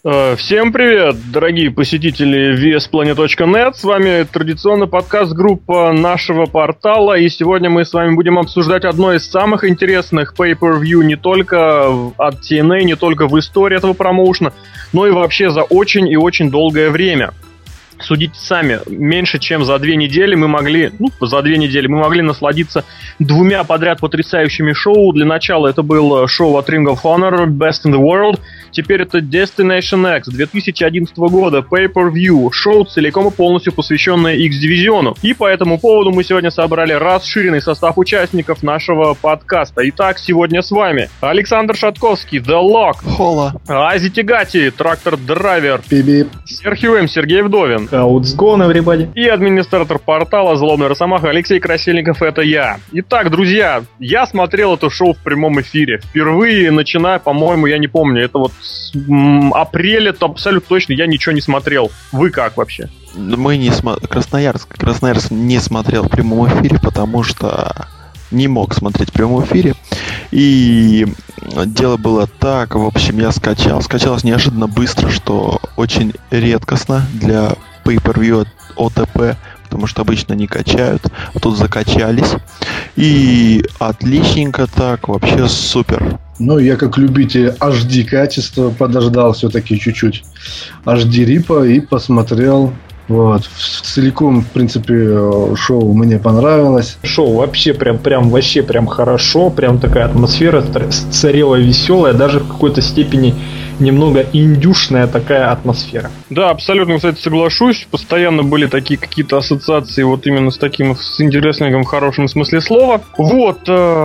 Всем привет, дорогие посетители VSPlanet.net. С вами традиционный подкаст-группа нашего портала. И сегодня мы с вами будем обсуждать одно из самых интересных pay-per-view не только от TNA, не только в истории этого промоушена, но и вообще за очень и очень долгое время. Судите сами, меньше чем за 2 недели мы могли насладиться 2 подряд потрясающими шоу. Для начала это было шоу от Ring of Honor, Best in the World. Теперь это Destination X 2011 года, Pay-Per-View, шоу, целиком и полностью посвященное X-дивизиону. И по этому поводу мы сегодня собрали расширенный состав участников нашего подкаста. Итак, сегодня с вами Александр Шатковский, The Lock, Хола, Ази Тигати, Трактор Драйвер, Биби, Серхио М. Сергей Вдовин, What's going, everybody? И администратор портала Злобный Росомаха Алексей Красильников, это я. Итак, друзья, я смотрел это шоу в прямом эфире. Впервые, начиная, по-моему, я не помню, это вот с апреля, то абсолютно точно я ничего не смотрел. Вы как вообще? Мы не Красноярск не смотрел в прямом эфире, потому что не мог смотреть в прямом эфире. И дело было так, в общем, я скачалось неожиданно быстро, что очень редкостно для pay-per-view ОТП, потому что обычно не качают, тут закачались. И отличненько так, вообще супер. Ну, я как любитель HD качества подождал все-таки чуть-чуть HD рипа и посмотрел. Вот. Целиком, в принципе, шоу мне понравилось. Шоу вообще прям хорошо. Прям такая атмосфера царела веселая. Даже в какой-то степени немного индюшная такая атмосфера. Да, абсолютно, кстати, соглашусь. Постоянно были такие какие-то ассоциации вот именно с таким, с интересным, в хорошем смысле слова. Вот,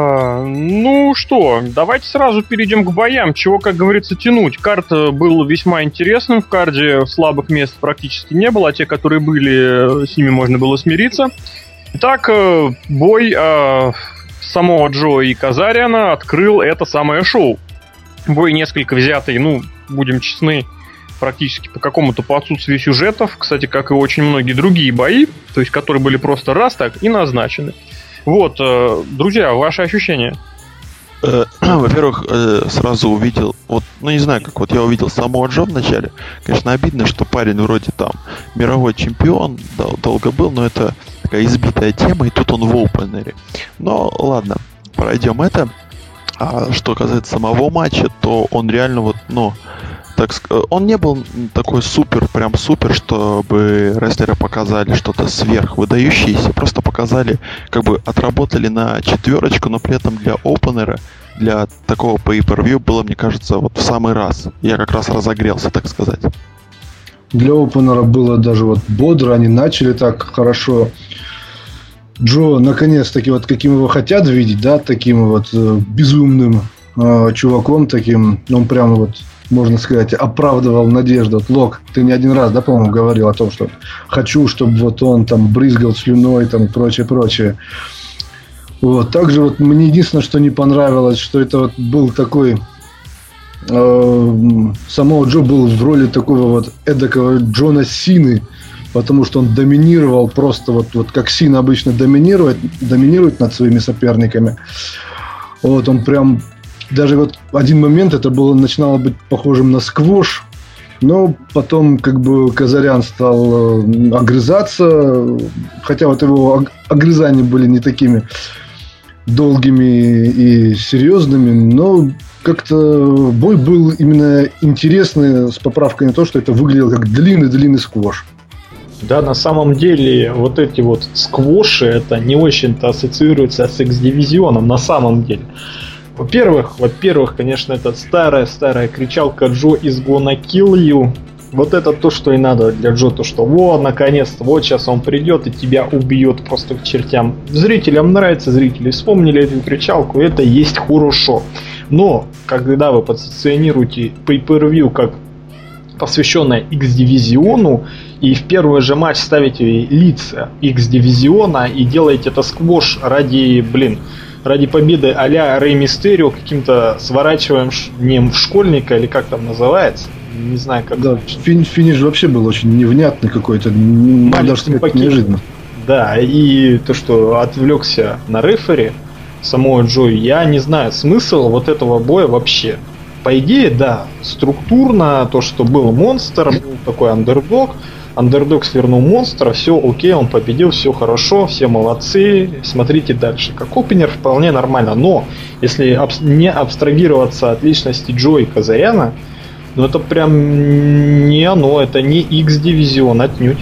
ну что, давайте сразу перейдем к боям. Чего, как говорится, тянуть. Карт был весьма интересным. В карде слабых мест практически не было, а те, которые были, с ними можно было смириться. Итак, бой самого Джо и Казариана открыл это самое шоу. Бой несколько взятый, ну, будем честны, практически по отсутствию сюжетов, кстати, как и очень многие другие бои, то есть которые были просто раз так и назначены. Вот, друзья, ваши ощущения? Во-первых, сразу увидел, вот, ну не знаю, как вот я увидел самого Джо в начале. Конечно, обидно, что парень вроде там мировой чемпион, долго был, но это такая избитая тема, и тут он в опенере. Но ладно, пройдем это. А что касается самого матча, то он реально вот, ну, так сказать, он не был такой прям супер, чтобы рестлеры показали что-то сверхвыдающееся. Просто показали, как бы отработали на 4, но при этом для опенера, для такого pay-per-view было, мне кажется, вот в самый раз. Я как раз разогрелся, так сказать. Для опенера было даже вот бодро, они начали так хорошо. Джо, наконец-таки, вот каким его хотят видеть, да, таким вот безумным чуваком таким, он прямо вот, можно сказать, оправдывал надежду. Вот, Лок, ты не один раз, да, по-моему, говорил о том, что хочу, чтобы вот он там брызгал слюной, там, и прочее. Вот, также вот мне единственное, что не понравилось, что это вот был такой... самого Джо был в роли такого вот эдакого Джона Сины, потому что он доминировал просто вот как Сина обычно доминирует над своими соперниками. Вот он прям... Даже вот один момент это было начинало быть похожим на сквош, но потом как бы Казарян стал огрызаться, хотя вот его огрызания были не такими долгими и серьезными, но как-то бой был именно интересный, с поправкой на то, что это выглядело как длинный сквош. Да, на самом деле, вот эти вот сквоши, это не очень-то ассоциируется с X-дивизионом, на самом деле. Во-первых, конечно, это старая кричалка Джо is gonna kill you. Вот это то, что и надо для Джо, то что вот, наконец-то, вот сейчас он придет и тебя убьет просто к чертям. Зрителям нравится, зрители вспомнили эту кричалку, это есть хорошо. Но, когда вы позиционируете pay-per-view как посвященное X-дивизиону, и в первый же матч ставите лица X-дивизиона и делаете это сквош ради победы а-ля Рэй Мистерио каким-то сворачиванием в школьника, или как там называется, не знаю как. Да, финиш вообще был очень невнятный какой-то, даже сказать, неожиданно. Да, и то, что отвлекся на рефери самого Джо, я не знаю смысл вот этого боя вообще. по идее, да, структурно то, что был монстр, был такой андердог свернул монстра, все окей, он победил, все хорошо, все молодцы, смотрите дальше. Как опенер вполне нормально, но если не абстрагироваться от личности Джо и Казаряна, ну это прям не оно, это не X-дивизион отнюдь.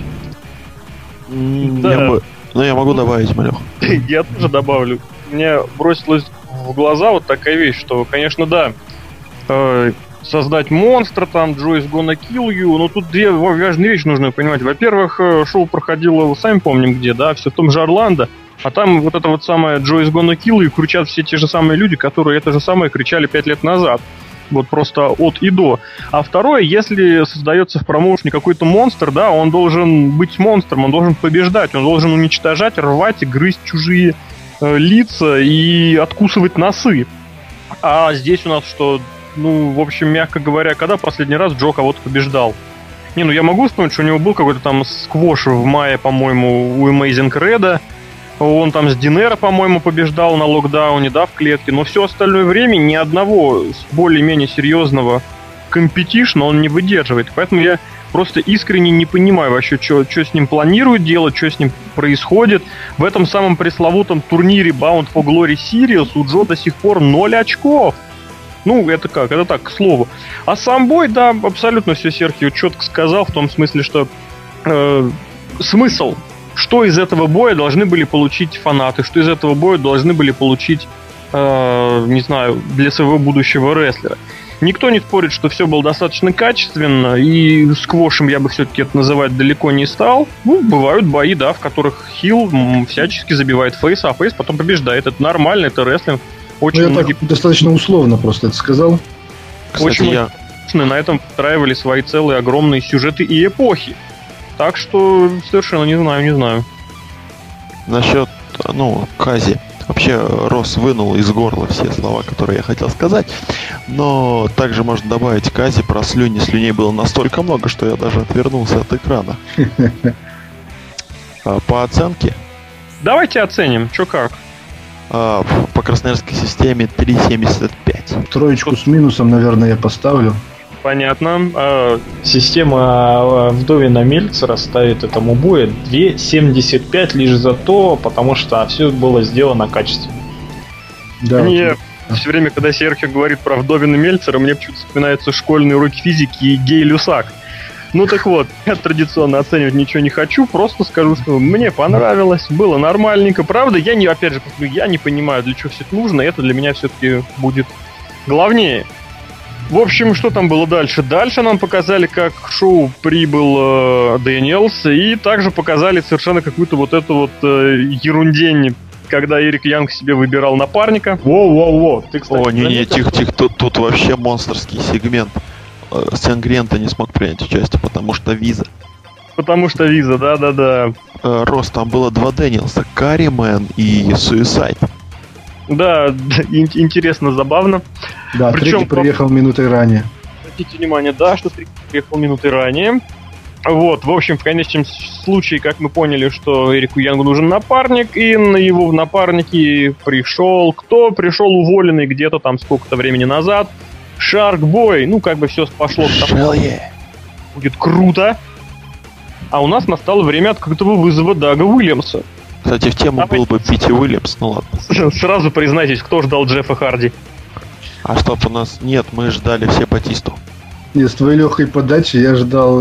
Да. Я могу добавить, Малёх. Я тоже добавлю. Мне бросилось в глаза вот такая вещь, что, конечно, да, создать монстра, там, Joe is gonna kill you, но тут две важные вещи нужно понимать. Во-первых, шоу проходило, сами помним где, да, все в том же Орландо, а там вот это вот самое Joe is gonna kill you кричат все те же самые люди, которые это же самое кричали 5 лет назад. Вот просто от и до. А второе, если создается в промоушене какой-то монстр, да, он должен быть монстром, он должен побеждать, он должен уничтожать, рвать и грызть чужие лица и откусывать носы. А здесь у нас что... Ну, в общем, мягко говоря, когда последний раз Джо кого-то побеждал? Не, ну я могу вспомнить, что у него был какой-то там сквош в мае, по-моему, у Amazing Red'а. Он там с Динера, по-моему, побеждал на локдауне, да, в клетке. Но все остальное время ни одного более-менее серьезного компетишна он не выдерживает. Поэтому я просто искренне не понимаю вообще, что с ним планируют делать, что с ним происходит. В этом самом пресловутом турнире Bound for Glory Series у Джо до сих пор 0 очков. Ну, это как? Это так, к слову. А сам бой, да, абсолютно все Серхио четко сказал, в том смысле, что смысл, что из этого боя должны были получить фанаты, что из этого боя должны были получить, не знаю, для своего будущего рестлера. Никто не спорит, что все было достаточно качественно, и сквошем я бы все-таки это называть далеко не стал. Ну, бывают бои, да, в которых хил всячески забивает фейс, а фейс потом побеждает. Это нормально, это рестлинг. Очень я так достаточно условно просто это сказал. Кстати, очень на этом встраивали свои целые огромные сюжеты и эпохи. Так что совершенно не знаю. Насчет, Кази. Вообще, Росс вынул из горла все слова, которые я хотел сказать. Но также можно добавить Кази про слюни. Слюней было настолько много, что я даже отвернулся от экрана. По оценке? Давайте оценим, что как. По красноярской системе 3.75. Троечку с минусом, наверное, я поставлю. Понятно. Система Вдовина Мельцера ставит этому бою 2.75 лишь за то, потому что все было сделано качественно. Да, мне все время, когда Серхио говорит про Вдовина Мельцера, мне почему-то вспоминаются школьные уроки физики и гей-люсак. Ну так вот, я традиционно оценивать ничего не хочу, просто скажу, что мне понравилось, было нормальненько. Правда, я не понимаю, для чего все это нужно, это для меня все-таки будет главнее. В общем, что там было дальше? Дальше нам показали, как к шоу прибыл Дэниелс, и также показали совершенно какую-то вот эту вот ерундень, когда Эрик Янг себе выбирал напарника. Воу, ты, кстати, тихо, тут вообще монстрский сегмент. Сангрента не смог принять участие, потому что виза. Да. Рост, там было 2 Дэниелса, Карримен и Суисайд. Да, интересно, забавно. Да, причем третий приехал минутой ранее. Обратите внимание, да, что третий приехал минутой ранее. Вот, в общем, в конечном случае, как мы поняли, что Эрику Янгу нужен напарник, и на его напарники пришел... Кто пришел уволенный где-то там сколько-то времени назад? Шаркбой, как бы все пошло к тому, будет круто. А у нас настало время открытого вызова Дага Уильямса. Кстати, в тему был бы Пити Уильямс, ну ладно. Сразу признайтесь, кто ждал Джеффа Харди? А стоп, у нас нет, мы ждали все Батисту. Нет, с твоей легкой подачи я ждал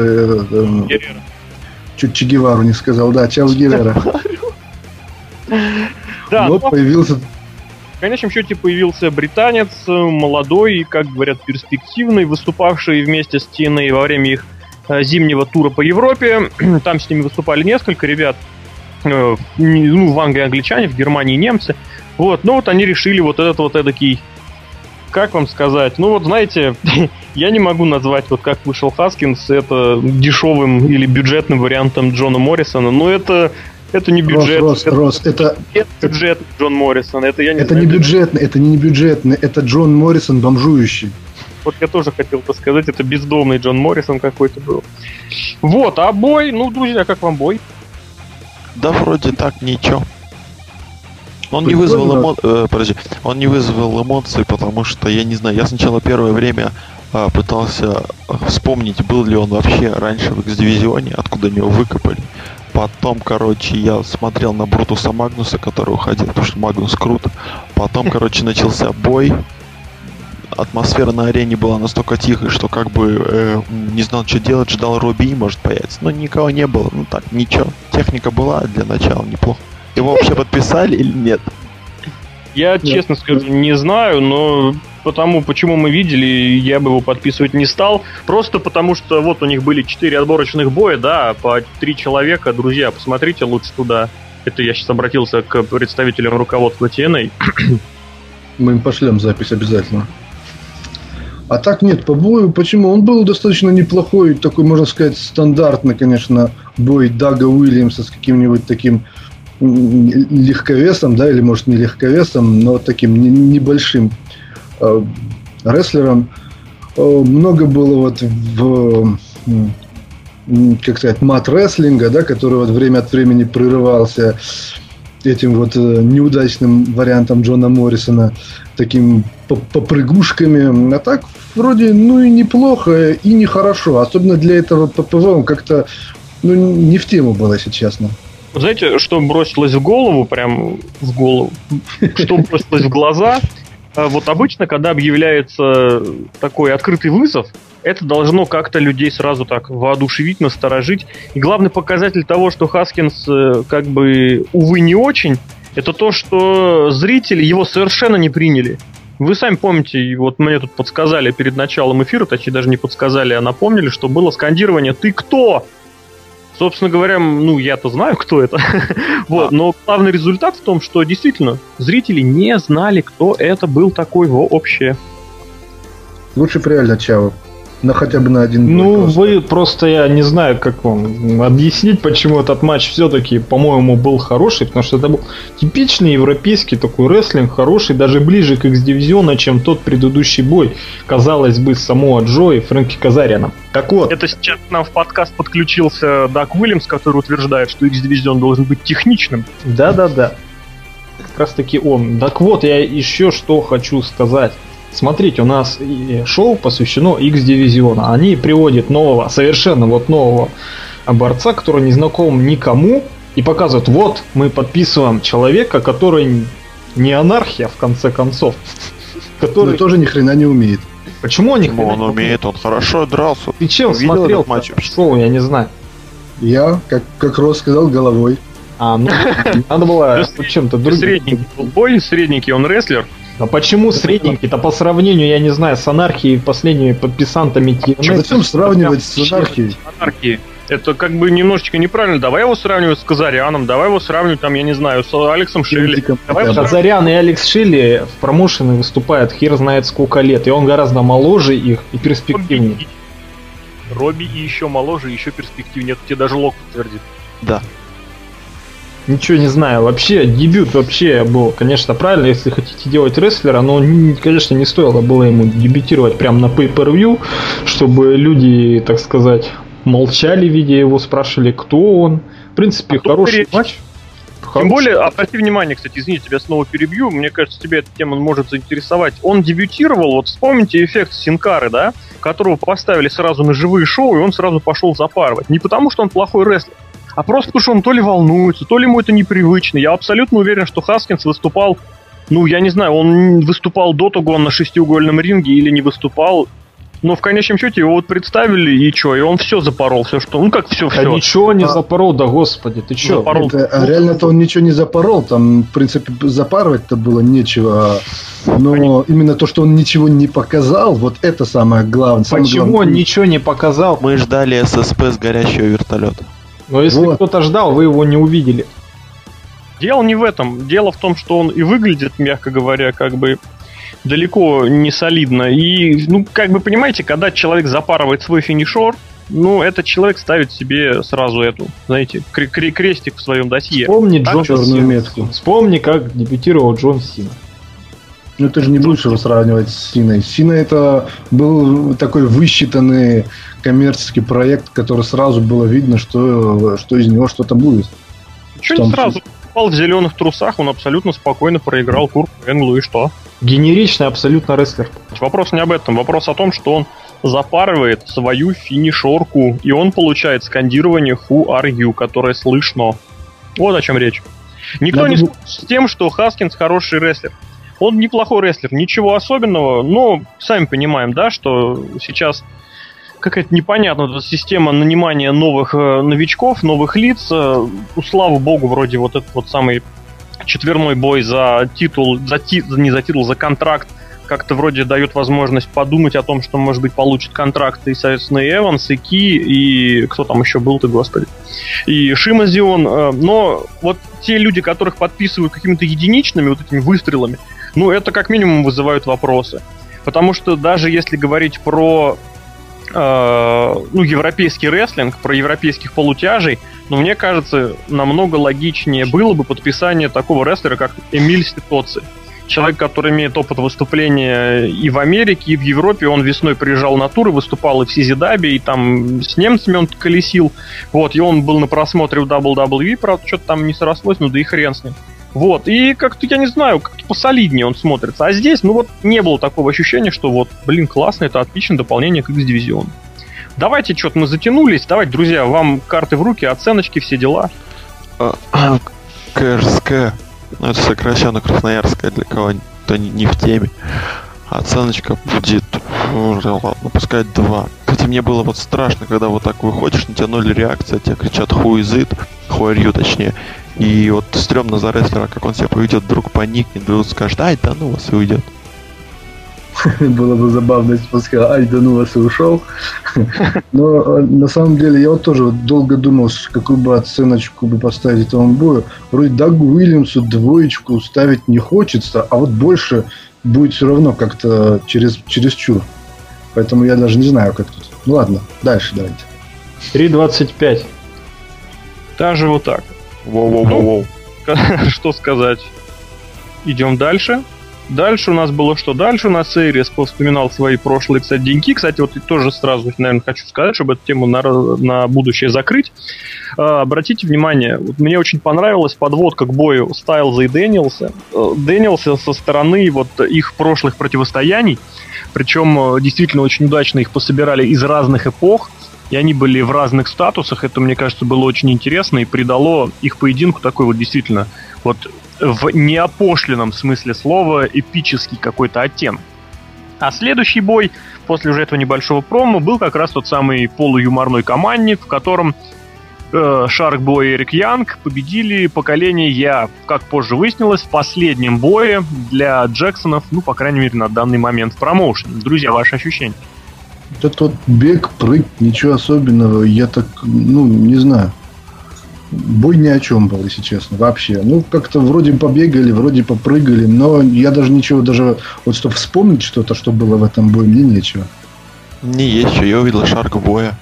чуть Че Гевару не сказал, да, Чарльз Геррера. Да, но появился... В конечном счете появился британец, молодой и, как говорят, перспективный, выступавший вместе с TNA во время их зимнего тура по Европе. Там с ними выступали несколько ребят. В Англии англичане, в Германии немцы. Вот, но вот они решили вот этот вот эдакий... Как вам сказать? Знаете, я не могу назвать, вот как вышел Хаскинс, это дешевым или бюджетным вариантом Джона Моррисона, но это не бюджет. Это бюджет Джон Моррисон. Это я не это знаю. Не бюджетный, это Джон Моррисон бомжующий. Вот я тоже хотел это сказать, это бездомный Джон Моррисон какой-то был. Вот, а бой, друзья, как вам бой? Да вроде так, ничего. Он не вызвал он не вызвал эмоций, потому что, я не знаю, я сначала первое время пытался вспомнить, был ли он вообще раньше в X-дивизионе, откуда его выкопали. Потом, короче, я смотрел на Брутуса Магнуса, который уходил, потому что Магнус круто. Потом, короче, начался бой. Атмосфера на арене была настолько тихой, что как бы не знал, что делать, ждал Робби И может появиться. Но никого не было, ну так, ничего. Техника была для начала неплохо. Его вообще подписали или нет? Я, честно скажу, не знаю, но почему мы видели, я бы его подписывать не стал. Просто потому что вот у них были 4 отборочных боя, да, по 3 человека. Друзья, посмотрите лучше туда. Это я сейчас обратился к представителям руководства TNA. Мы им пошлем запись обязательно. А так нет, по бою, почему? Он был достаточно неплохой, такой, можно сказать, стандартный, конечно, бой Дага Уильямса с каким-нибудь таким легковесом, да, или может не легковесом, но таким небольшим рестлером. Много было вот в, как сказать, мат-рестлинга, да, который вот время от времени прерывался этим вот неудачным вариантом Джона Моррисона, таким попрыгушками. А так вроде, ну и неплохо, и нехорошо. Особенно для этого ППВ он как-то, ну, не в тему был, если честно. Знаете, что бросилось в голову, прям в голову, что бросилось в глаза? Вот обычно, когда объявляется такой открытый вызов, это должно как-то людей сразу так воодушевить, насторожить. И главный показатель того, что Хаскинс как бы, увы, не очень, это то, что зрители его совершенно не приняли. Вы сами помните, вот мне тут подсказали перед началом эфира, точнее даже не подсказали, а напомнили, что было скандирование «Ты кто?». Собственно говоря, ну, я-то знаю, кто это. Вот, но главный результат в том, что действительно зрители не знали, кто это был такой вообще. Лучше бы реально Чао. Но хотя бы на один. Ну, вы просто, я не знаю, как вам объяснить, почему этот матч все-таки, по-моему, был хороший, потому что это был типичный европейский такой рестлинг, хороший, даже ближе к X-дивизиону, чем тот предыдущий бой, казалось бы, с Самоа Джо и Фрэнки Казарианом. Так вот. Это сейчас к нам в подкаст подключился Даг Уильямс, который утверждает, что X-дивизион должен быть техничным. Да-да-да. Как раз таки он. Так вот, я еще что хочу сказать. Смотрите, у нас шоу посвящено X-дивизиону. Они приводят нового, совершенно вот нового борца, который не знаком никому, и показывают, вот, мы подписываем человека, который не анархия, в конце концов. Который тоже ни хрена не умеет. Почему он ни хрена не умеет? Он хорошо дрался. Ты чем смотрел матч шоу, я не знаю. Я, как Рос сказал, головой. Ну, надо было чем-то другим. Средненький бой, средненький он рестлер. А почему средненький-то по сравнению, я не знаю, с анархией, последними подписантами TNA? Зачем сравнивать с анархией? Это как бы немножечко неправильно. Давай его сравнивать с Казаряном, давай его сравнивать, там, я не знаю, с Алексом Шилли. Казарян и Алекс Шилли в промоушене выступают хер знает сколько лет, и он гораздо моложе их и перспективнее. Робби И еще моложе, и еще перспективнее. Это тебе даже Лок подтвердит. Да. Ничего не знаю. Вообще, дебют вообще был, конечно, правильно, если хотите делать рестлера, но, конечно, не стоило было ему дебютировать прямо на pay-per-view, чтобы люди, так сказать, молчали, видя его, спрашивали, кто он. В принципе, хороший матч. Тем более, обрати внимание, кстати, извините, тебя снова перебью, мне кажется, тебя эта тема может заинтересовать. Он дебютировал, вот вспомните эффект Синкары, да, которого поставили сразу на живые шоу, и он сразу пошел запарывать. Не потому, что он плохой рестлер, а просто потому, что он то ли волнуется, то ли ему это непривычно. Я абсолютно уверен, что Хаскинс выступал, ну, я не знаю, он выступал до того на шестиугольном ринге или не выступал. Но в конечном счете его вот представили, и что, и он все запорол, все что, ну как все. Да ничего не запорол, да господи, ты че? Реально-то он ничего не запорол, там, в принципе, запарывать-то было нечего. Но именно то, что он ничего не показал, вот это самое главное. Почему он ничего не показал? Мы ждали ССП с горящего вертолета. Но если кто-то ждал, вы его не увидели. Дело не в этом. Дело в том, что он и выглядит, мягко говоря, как бы далеко не солидно. И, ну, как бы, понимаете, когда человек запарывает свой финишер, ну, этот человек ставит себе сразу эту, знаете, крестик в своем досье. Вспомни Джон Сина. Вспомни, как дебютировал Джон Сина. Ну, ты же не будешь его сравнивать с Синой. Сина это был такой высчитанный коммерческий проект, который сразу было видно, что из него что-то будет. Ничего не сразу. выступал в зеленых трусах, он абсолютно спокойно проиграл Курту Энглу, и что? Генеричный абсолютно рестлер. Вопрос не об этом, вопрос о том, что он запарывает свою финишерку, и он получает скандирование «Who are you?», которое слышно. Вот о чем речь. Никто не спорит с тем, что Хаскинс хороший рестлер. Он неплохой рестлер, ничего особенного, но сами понимаем, да, что сейчас какая-то непонятная эта система нанимания новых новичков, новых лиц. Слава богу, вроде вот этот вот самый четверной бой за титул, за контракт, как-то вроде дает возможность подумать о том, что, может быть, получит контракт и, соответственно, и Эванс, и Ки, и кто там еще был-то, господи, и Шимазион. Но вот те люди, которых подписывают какими-то единичными вот этими выстрелами, ну, это как минимум вызывают вопросы. Потому что даже если говорить про европейский рестлинг, про европейских полутяжей, но мне кажется, намного логичнее было бы подписание такого рестлера, как Эмиль Ситоци. Человек, который имеет опыт выступления и в Америке, и в Европе. Он весной приезжал на туры, выступал и в Сизидабе, и там с немцами он колесил. Вот, и он был на просмотре у WWE, правда, что-то там не срослось, ну да и хрен с ним. Вот, и как-то, я не знаю, как-то посолиднее он смотрится. А здесь, ну вот, не было такого ощущения, что вот, блин, классно, это отличное дополнение к X-дивизиону. Давайте, что-то мы затянулись. Давайте, друзья, вам карты в руки, оценочки, все дела. КРСК, ну это сокращенно Красноярская, для кого-то не в теме. Оценочка будет, ладно, пускай 2. Кстати, мне было вот страшно, когда вот так выходишь, на тебя 0 реакция, тебе кричат who is it, who are you, точнее. И вот стрёмно за рестлера, как он себя поведет, вдруг поникнет, вдруг скажет, ай, да ну вас, и уйдет. Было бы забавно, если бы он сказал, ай, да ну вас, и ушел. Но на самом деле я вот тоже вот долго думал, какую бы оценочку бы поставить этому бою. Вроде Дагу Уильямсу 2 ставить не хочется, а вот больше будет все равно как-то чересчур. Поэтому я даже не знаю, как тут. Ну ладно, дальше давайте. 3.25. Даже вот так. Воу-воу-воу. Что сказать? Идем дальше. Дальше у нас было что? Дальше у нас Эйрис повспоминал свои прошлые, кстати, деньки. Кстати, вот тоже сразу, наверное, хочу сказать, чтобы эту тему на будущее закрыть. Обратите внимание, вот мне очень понравилась подводка к бою Стайлза и Дэниелса. Дэниелса со стороны вот их прошлых противостояний. Причем действительно очень удачно их пособирали из разных эпох. И они были в разных статусах. Это, мне кажется, было очень интересно и придало их поединку такой вот действительно вот в неопошленном смысле слова эпический какой-то оттенок. А следующий бой, после уже этого небольшого промо, был как раз тот самый полуюморной командник, в котором Шаркбой и Эрик Янг победили поколение Я, как позже выяснилось, в последнем бое для Джексонов, ну, по крайней мере, на данный момент в промоушене. Друзья, ваши ощущения? Это вот бег, прыг, ничего особенного. Я так, ну, не знаю. Бой ни о чем был, если честно, вообще. Ну, как-то вроде побегали, вроде попрыгали, но я даже ничего, даже вот чтобы вспомнить что-то, что было в этом бое, мне нечего. Не есть что, я увидел Шаркбоя.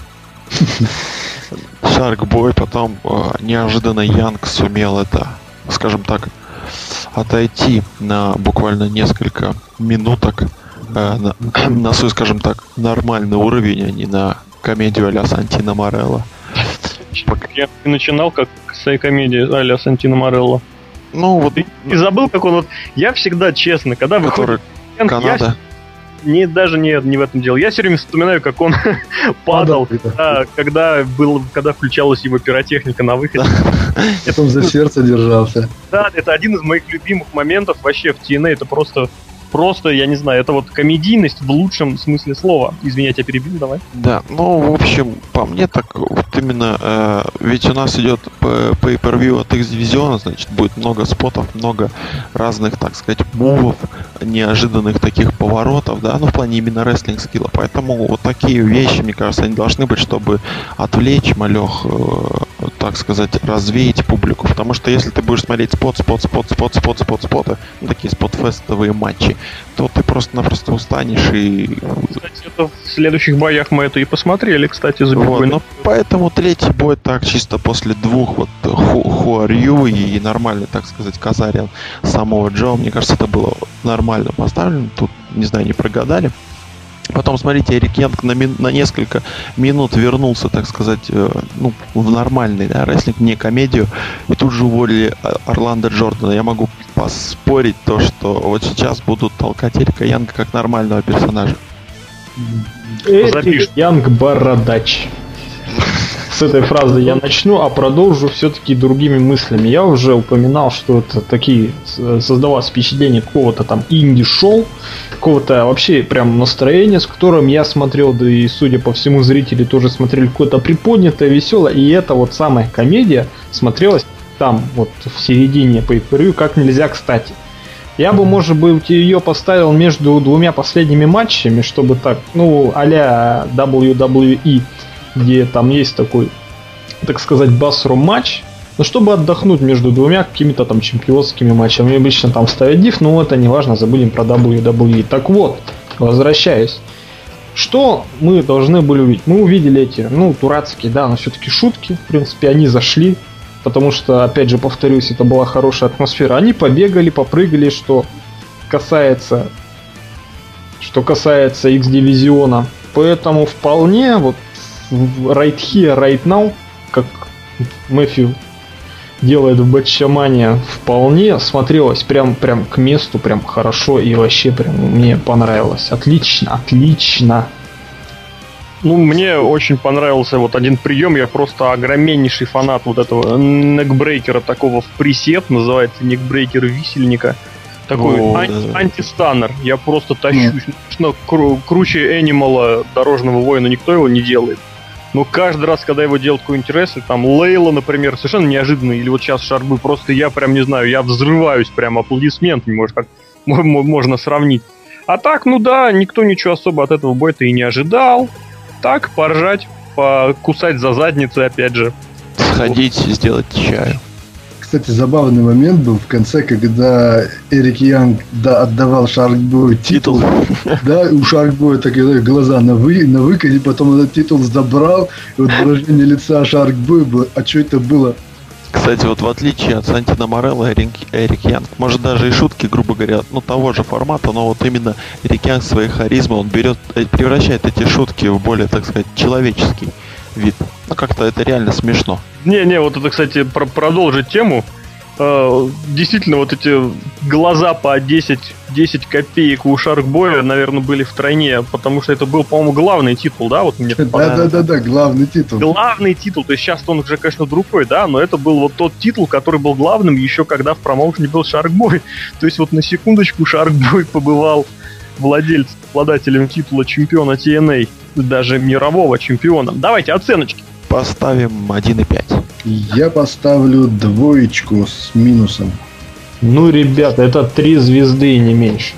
Шаркбой, потом неожиданно Янг сумел это, скажем так, отойти на буквально несколько минуток на свой, скажем так, нормальный уровень, а не на комедию а-ля Сантино Морелло. Я начинал как своя комедия а-ля Сантино Морелло. Ну вот. Ты забыл, как он вот. Я всегда, честно, когда выходит Канада. Даже не в этом дело. Я все время вспоминаю, как он падал, когда включалась его пиротехника на выходе. Он за сердце держался. Да, это один из моих любимых моментов вообще в TNA. Это просто, я не знаю, это вот комедийность в лучшем смысле слова. Извини, я тебя перебил, давай. Да, ну, в общем, по мне так вот именно, ведь у нас идет pay-per-view от X-дивизиона, значит, будет много спотов, много разных, так сказать, мувов, неожиданных таких поворотов, да, ну, в плане именно рестлинг-скилла. Поэтому вот такие вещи, мне кажется, они должны быть, чтобы отвлечь малех, так сказать, развеять публику. Потому что если ты будешь смотреть споты, ну, такие спот-фестовые матчи, то ты просто-напросто устанешь и... Кстати, это в следующих боях мы это и посмотрели, кстати, за вот, но поэтому третий бой так чисто после двух вот Who are you и нормальный, так сказать, Казарин самого Джо, мне кажется, это было нормально поставлено. Тут, не знаю, не прогадали. Потом, смотрите, Эрик Янг на несколько минут вернулся, так сказать, в нормальный, да, рестлинг, не комедию. И тут же уволили Орландо Джордана. Я могу поспорить то, что вот сейчас будут толкать Эрика Янга как нормального персонажа. Эрик Янг бородач. С этой фразы я начну, а продолжу все-таки другими мыслями. Я уже упоминал, что это такие создавалось впечатление какого-то там инди-шоу, какого-то вообще прям настроения, с которым я смотрел, да и, судя по всему, зрители тоже смотрели какое-то приподнятое, веселое, и эта вот самая комедия смотрелась там, вот в середине pay-per-view, как нельзя кстати. Я бы, может быть, ее поставил между двумя последними матчами, чтобы так, а-ля WWE, где там есть такой, так сказать, басрум матч, но чтобы отдохнуть между двумя какими-то там чемпионскими матчами. Обычно там ставят диф, но это не важно, забудем про WWE. Так вот, возвращаясь. Что мы должны были увидеть? Мы увидели эти, дурацкие, да, но все-таки шутки, в принципе, они зашли, потому что, опять же, повторюсь, это была хорошая атмосфера. Они побегали, попрыгали, что касается X-дивизиона. Поэтому вполне вот right here, right now, как Мэфью делает в Бэтчамане, вполне смотрелось прям к месту, прям хорошо и вообще прям мне понравилось. Отлично. Мне очень понравился вот один прием. Я просто огромнейший фанат вот этого некбрейкера такого в пресет, называется некбрейкер висельника. Такой антистаннер. Я просто тащусь. Круче Энимала, Дорожного воина, никто его не делает. Но каждый раз, когда его делают какой-нибудь рестлер, там Лейла, например, совершенно неожиданно, или вот сейчас Шаркбой, просто я прям не знаю, я взрываюсь прям аплодисментами, может, как можно сравнить. А так, никто ничего особо от этого боя-то и не ожидал. Так, поржать, покусать за задницу, опять же. Сходить, сделать чаю. Кстати, забавный момент был в конце, когда Эрик Янг отдавал Шаркбою титул. Да, у Шаркбоя такие глаза на выкате, потом этот титул забрал, и вот выражение лица Шаркбоя было, а что это было? Кстати, вот в отличие от Сантино Морелло, Эрик Янг, может даже и шутки, грубо говоря, того же формата, но вот именно Эрик Янг своей харизмой, он превращает эти шутки в более, так сказать, человеческий вид. Как-то это реально смешно. Вот это, кстати, продолжить тему. Действительно, вот эти глаза по 10 копеек у Шаркбоя, наверное, были втройне, потому что это был, по-моему, главный титул, да? Вот мне Да, главный титул. Главный титул, то есть сейчас он уже, конечно, другой, да, но это был вот тот титул, который был главным еще когда в промоушене был Шаркбой. То есть вот на секундочку Шаркбой побывал обладателем титула чемпиона TNA, даже мирового чемпиона. Давайте оценочки. Поставим 1,5. Я поставлю 2 с минусом. Ребята, это 3 звезды и не меньше.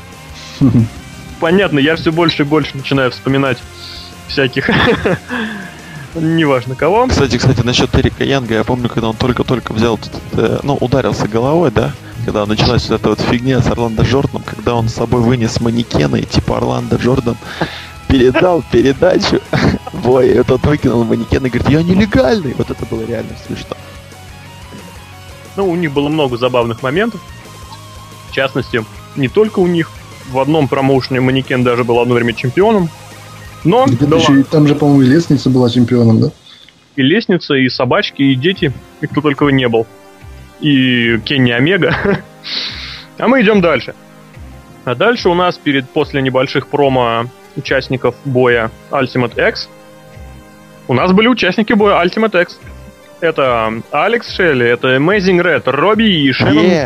Понятно, я все больше и больше начинаю вспоминать всяких... Неважно кого. Кстати, насчет Эрика Янга, я помню, когда он только-только взял, ударился головой, да? Когда началась вот эта вот фигня с Орландо Джорданом, когда он с собой вынес манекены, и типа Орландо Джордан передал передачу бой, и тот выкинул манекен и говорит, я нелегальный. Вот это было реально смешно. У них было много забавных моментов. В частности, не только у них. В одном промоушене манекен даже был одно время чемпионом. Но там же, по-моему, и лестница была чемпионом, да? И лестница, и собачки, и дети, и кто только не был. И Кенни Омега. А мы идем дальше. А дальше у нас после небольших промо участников боя Ultimate X у нас были участники боя Ultimate X. Это Алекс Шелли, это Amazing Red, Робби и Шеннон.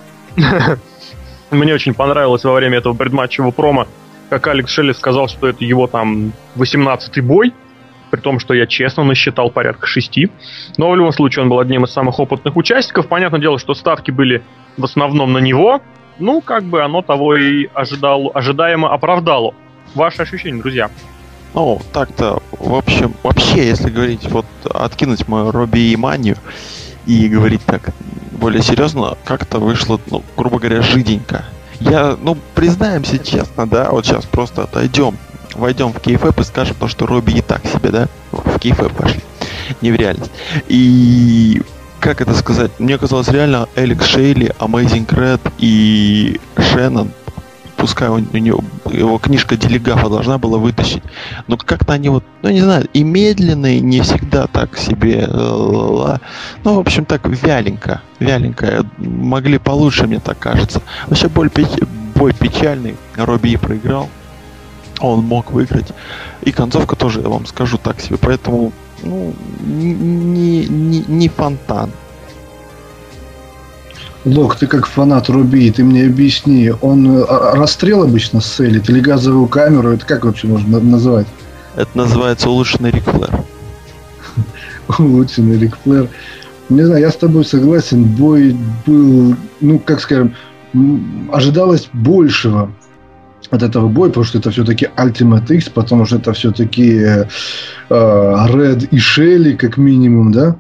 Мне очень понравилось во время этого предматчевого промо, как Алекс Шелли сказал, что это его там 18-й бой, при том, что я честно насчитал порядка 6. Но в любом случае он был одним из самых опытных участников. Понятное дело, что ставки были в основном на него. Оно того и ожидаемо оправдало. Ваши ощущения, друзья? Так-то, в общем, вообще, если говорить, откинуть мою Робби и Манию и говорить так более серьезно, как-то вышло, грубо говоря, жиденько. Признаемся честно, да, вот сейчас просто войдем в кейфэп и скажем то, что Робби и так себе, да, в кейфэп пошли, не в реальность. И, как это сказать, мне казалось реально Алекс Шейли, Amazing Red и Шеннон пускай у него его книжка Делегафа должна была вытащить. Но как-то они вот, ну не знаю, и медленные, не всегда так себе. Ну, в общем, так вяленько. Могли получше, мне так кажется. Вообще бой печальный. Робби И проиграл. Он мог выиграть. И концовка тоже, я вам скажу, так себе. Поэтому, ну, не фонтан. Лок, ты как фанат Робби, ты мне объясни, он расстрел обычно селит или газовую камеру? Это как вообще можно называть? Это называется улучшенный Рик Флэр. Улучшенный Рик Флэр. Не знаю, я с тобой согласен. Бой был, ну, как скажем, ожидалось большего от этого боя, потому что это все-таки Ultimate X, потому что это все-таки Ред и Шелли, как минимум, да?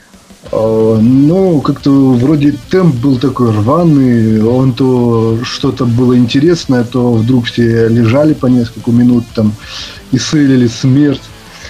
Но как-то вроде темп был такой рваный, он то что-то было интересное, то вдруг все лежали по несколько минут там и селили смерть.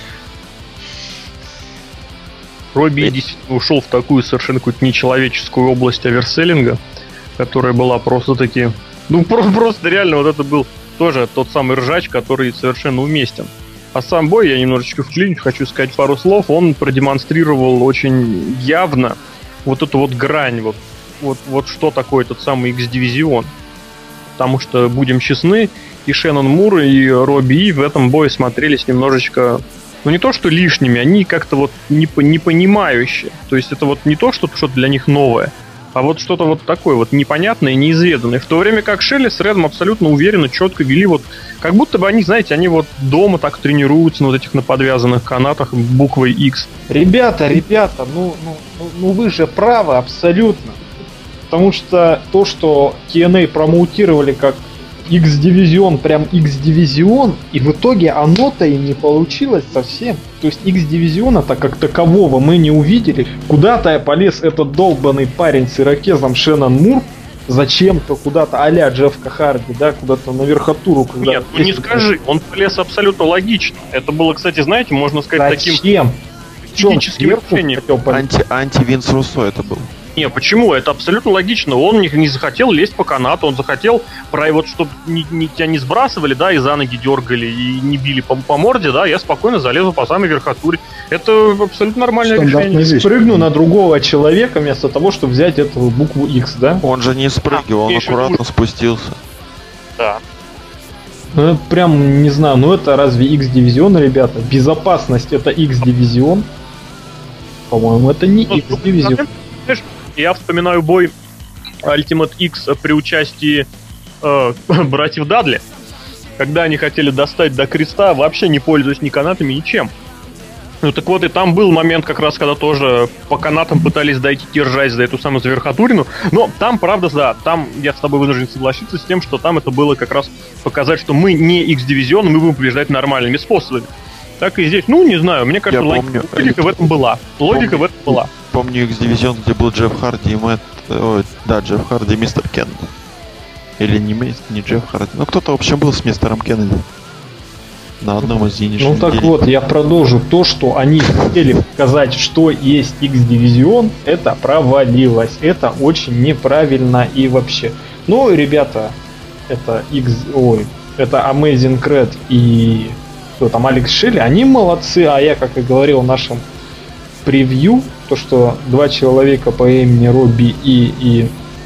Робби действительно ушел в такую совершенно какую-то нечеловеческую область оверселлинга, которая была просто-таки... Ну, просто реально вот это был тоже тот самый ржач, который совершенно уместен. А сам бой, я немножечко вклинюсь, хочу сказать пару слов, он продемонстрировал очень явно вот эту вот грань, вот что такое тот самый X-дивизион. Потому что, будем честны, и Шеннон Мур, и Робби И в этом бое смотрелись немножечко, ну не то что лишними, они как-то вот непонимающие. То есть это вот не то, что что-то для них новое, а вот что-то вот такое вот непонятное, неизведанное. В то время как Шелли с Редом абсолютно уверенно, четко вели вот... Как будто бы они, знаете, они вот дома так тренируются на вот этих на подвязанных канатах буквой X. Ребята, ну вы же правы абсолютно. Потому что то, что TNA промоутировали как X-дивизион, прям X-дивизион, и в итоге оно-то и не получилось совсем. То есть X-дивизиона-то как такового мы не увидели. Куда-то полез этот долбанный парень с ирокезом Шеннон Мур, зачем-то куда-то а-ля Джеффа Харди, да, куда-то на верхотуру. Нет, ну не скажи, он полез абсолютно логично. Это было, кстати, знаете, можно сказать, зачем? Таким физическим решением. Анти-Винс Руссо это был. Не, почему? Это абсолютно логично. Он не захотел лезть по канату, он захотел, вот чтобы тебя не сбрасывали, да, и за ноги дергали, и не били по морде, да, я спокойно залезу по самой верхотуре. Это абсолютно нормальное решение. Спрыгну на другого человека вместо того, чтобы взять эту букву X, да? Он же не спрыгивал, он аккуратно спустился. Да. Ну, это прям, не знаю, ну это разве X-дивизион, ребята? Безопасность это X-дивизион? По-моему, это не X-дивизион. Я вспоминаю бой Ultimate X при участии братьев Дадли, когда они хотели достать до креста, вообще не пользуясь ни канатами, ничем. Ну так вот, и там был момент как раз, когда тоже по канатам пытались дойти, держась за эту самую верхотурину. Но там, правда, да, там я с тобой вынужден согласиться с тем, что там это было как раз показать, что мы не X-дивизион, мы будем побеждать нормальными способами. Так и здесь, ну, не знаю, мне кажется, логика в этом была. Логика в этом была. Помню X-дивизион, где был Джефф Харди и Мэтт... Джефф Харди и мистер Кеннеди. Или не Джефф Харди. Ну, кто-то, в общем, был с мистером Кеннеди. На одном из денежных. Ну, так вот, я продолжу. То, что они хотели показать, что есть X-дивизион, это провалилось. Это очень неправильно и вообще. Ну, ребята, это это Amazing Red и... там Алекс Шелли, они молодцы, а я, как и говорил в нашем превью, то, что два человека по имени Робби и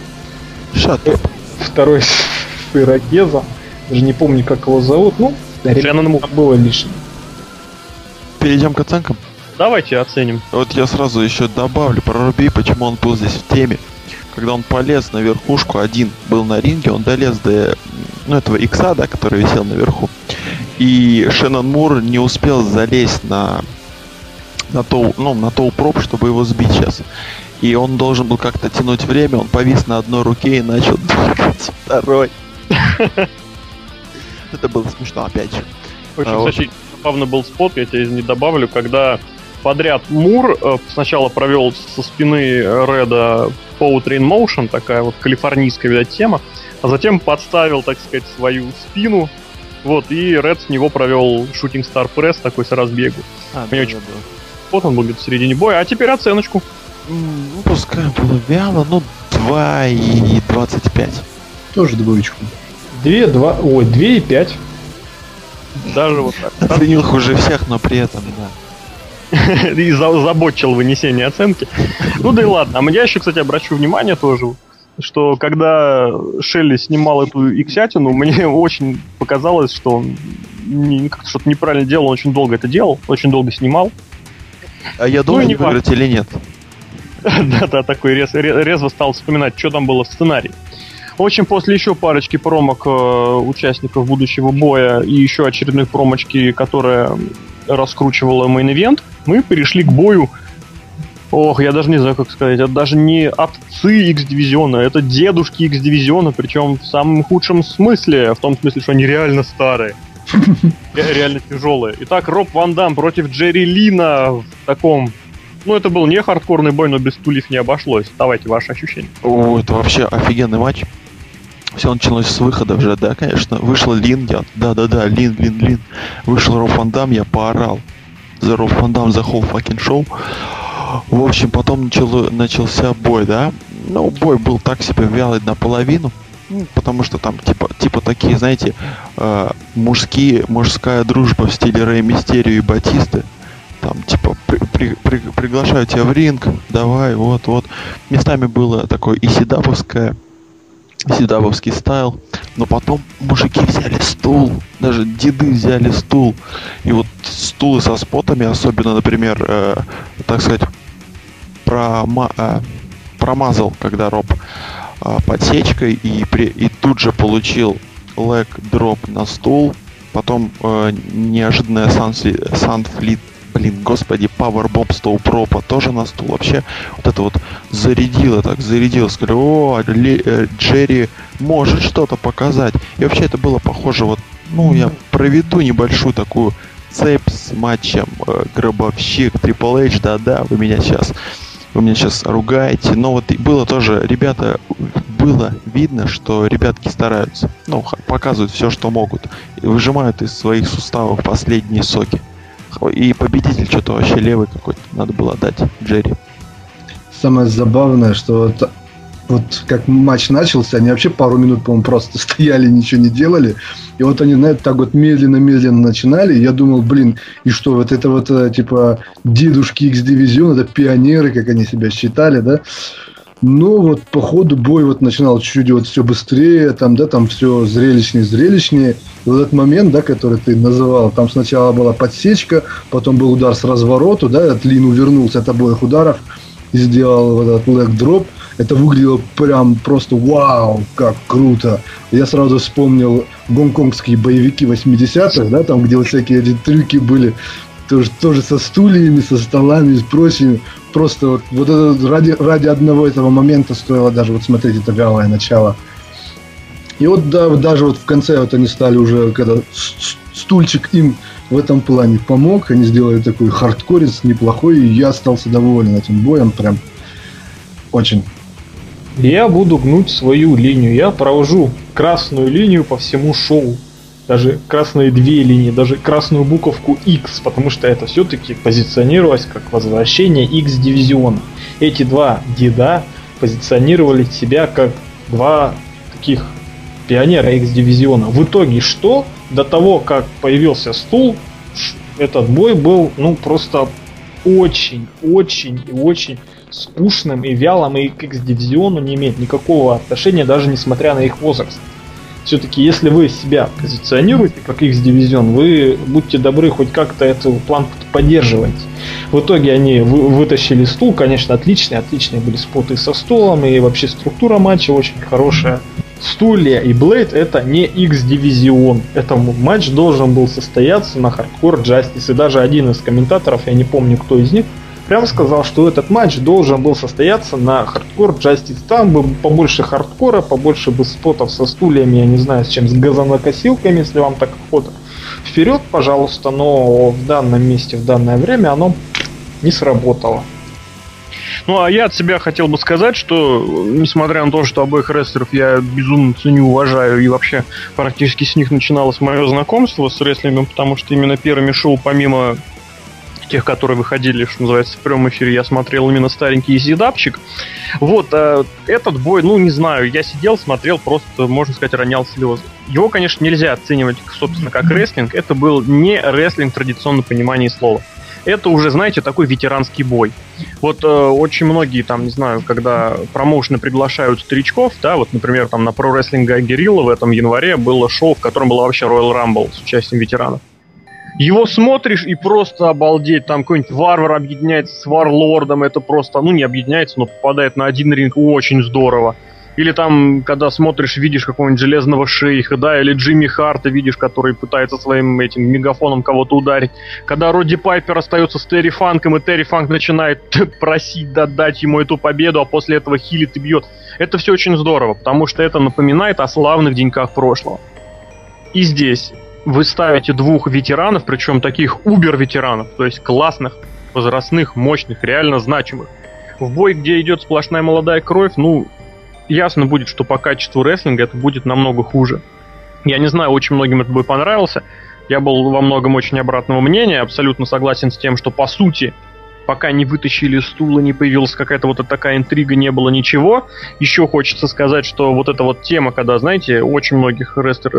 второй с ирокезом, даже не помню, как его зовут, ну, было лишнее. Перейдем к оценкам? Давайте оценим. Вот я сразу еще добавлю про Робби, почему он был здесь в теме. Когда он полез на верхушку, один был на ринге, он долез до этого икса, да, который висел наверху. И Шеннон Мур не успел залезть на тоу-проп, чтобы его сбить сейчас. И он должен был как-то тянуть время, он повис на одной руке и начал двигать второй. Это было смешно, опять же. Очень, кстати, забавно был спот, я тебе не добавлю, когда подряд Мур сначала провел со спины Реда Poetry in Motion, такая вот калифорнийская, видать, тема, а затем подставил, так сказать, свою спину. Вот, и Ред с него провел Shooting Star Press такой с разбегу. Вот он был где-то в середине боя. А теперь оценочку. Ну, пускай было вяло, 2,25. Тоже двоечку. 2,5. Даже вот так. Оценил хуже всех, но при этом, да. И забочил вынесение оценки. Ну да и ладно. А я еще, кстати, обращу внимание тоже, что когда Шелли снимал эту иксятину, мне очень показалось, что он как-то что-то неправильно делал, он очень долго это делал, очень долго снимал. А я должен выиграть или нет? Да, такой резво стал вспоминать, что там было в сценарии. В общем, после еще парочки промок участников будущего боя и еще очередной промочки, которая раскручивала мейн-ивент, мы перешли к бою. Ох, я даже не знаю, как сказать. Это даже не отцы X-дивизиона, это дедушки X-дивизиона, причем в самом худшем смысле, в том смысле, что они реально старые. Реально тяжелые. Итак, Роб Ван Дам против Джерри Лина в таком... Ну, это был не хардкорный бой, но без стульев не обошлось. Давайте ваши ощущения. О, это вообще офигенный матч. Все началось с выхода уже, да, конечно. Вышел Лин, Лин. Вышел Роб Ван Дам, я поорал. За Роб Ван Дам, за whole fucking show. В общем, потом начался бой, да. Ну, бой был так себе вялый наполовину. Потому что там, типа такие, знаете, мужская дружба в стиле Рэй Мистерио и Батисты. Там, типа, приглашаю тебя в ринг, давай, вот. Местами было такое исидабовский стайл. Но потом мужики взяли стул, даже деды взяли стул. И вот стулы со спотами, особенно, например, так сказать, промазал, когда Роб подсечкой и тут же получил лэг дроп на стул. Потом неожиданная Санфлит, пауэрбомб Стоупропа тоже на стул. Вообще вот это вот зарядило. Сказали, Джерри может что-то показать. И вообще это было похоже, вот, ну, я проведу небольшую такую цепь с матчем Гробовщик, Triple H, да, вы меня сейчас ругаете. Но вот было тоже, было видно, что ребятки стараются. Ну, показывают все, что могут. И выжимают из своих суставов последние соки. И победитель что-то вообще левый какой-то. Надо было отдать Джерри. Самое забавное, что вот как матч начался, они вообще пару минут, по-моему, просто стояли, ничего не делали. И вот они, знаете, так вот медленно начинали. И я думал, блин, и что, вот это вот, типа, дедушки X-дивизиона, это пионеры, как они себя считали, да? Но вот по ходу бой вот начинал чуть-чуть вот все быстрее, там все зрелищнее. И вот этот момент, да, который ты называл, там сначала была подсечка, потом был удар с развороту, да, этот Лин увернулся от обоих ударов и сделал вот этот лэг-дроп. Это выглядело прям просто вау, как круто. Я сразу вспомнил гонконгские боевики 80-х, да, там, где вот всякие эти трюки были, тоже со стульями, со столами, с прочими. Просто вот это ради одного этого момента стоило даже вот смотреть это вялое начало. И вот да, даже вот в конце вот они стали уже, когда стульчик им в этом плане помог, они сделали такой хардкорец неплохой, и я остался доволен этим боем, прям очень. Я буду гнуть свою линию. Я провожу красную линию по всему шоу. Даже красные две линии, даже красную буковку X, потому что это все-таки позиционировалось как возвращение X-дивизиона. Эти два деда позиционировали себя как два таких пионера X-дивизиона. В итоге что? До того, как появился стул, этот бой был, ну, просто очень скучным и вялым, и к X-дивизиону не имеет никакого отношения, даже несмотря на их возраст. Все-таки, если вы себя позиционируете как X-дивизион, вы будьте добры хоть как-то эту планку поддерживать. В итоге они вытащили стул, конечно, отличные были споты со стулом, и вообще структура матча очень хорошая. Стулья и Блейд это не X-дивизион. Этот матч должен был состояться на Hardcore Justice, и даже один из комментаторов, я не помню кто из них, прямо сказал, что этот матч должен был состояться на Hardcore Justice. Там бы побольше хардкора, побольше бы спотов со стульями, я не знаю, с чем, с газонокосилками, если вам так охота. Вперед, пожалуйста, но в данном месте, в данное время оно не сработало. Ну, а я от себя хотел бы сказать, что, несмотря на то, что обоих рестлеров я безумно ценю, уважаю, и вообще практически с них начиналось мое знакомство с рестлингом, потому что именно первыми шоу, помимо тех, которые выходили, что называется, в прямом эфире, я смотрел именно старенький зидапчик. Вот, этот бой, ну, не знаю, я сидел, смотрел, просто, можно сказать, ронял слезы. Его, конечно, нельзя оценивать, собственно, как рестлинг. Это был не рестлинг в традиционном понимании слова. Это уже, знаете, такой ветеранский бой. Вот очень многие, там, не знаю, когда промоушены приглашают старичков, да, вот, например, там на Pro Wrestling Guerrilla в этом январе было шоу, в котором была вообще Royal Rumble с участием ветеранов. Его смотришь и просто обалдеть, там какой-нибудь варвар объединяется с варлордом, это просто, ну не объединяется, но попадает на один ринг, очень здорово. Или там, когда смотришь, видишь какого-нибудь Железного Шейха, да, или Джимми Харта видишь, который пытается своим этим мегафоном кого-то ударить. Когда Родди Пайпер остается с Терри Фанком, и Терри Фанк начинает просить дать ему эту победу, а после этого хилит и бьет. Это все очень здорово, потому что это напоминает о славных деньках прошлого. И здесь вы ставите двух ветеранов, причем таких убер-ветеранов, то есть классных, возрастных, мощных, реально значимых. В бой, где идет сплошная молодая кровь, ну, ясно будет, что по качеству рестлинга это будет намного хуже. Я не знаю, очень многим этот бой понравился. Я был во многом очень обратного мнения, абсолютно согласен с тем, что по сути, пока не вытащили стул и не появилась какая-то вот такая интрига, не было ничего. Еще хочется сказать, что вот эта вот тема, когда, знаете, в очень многих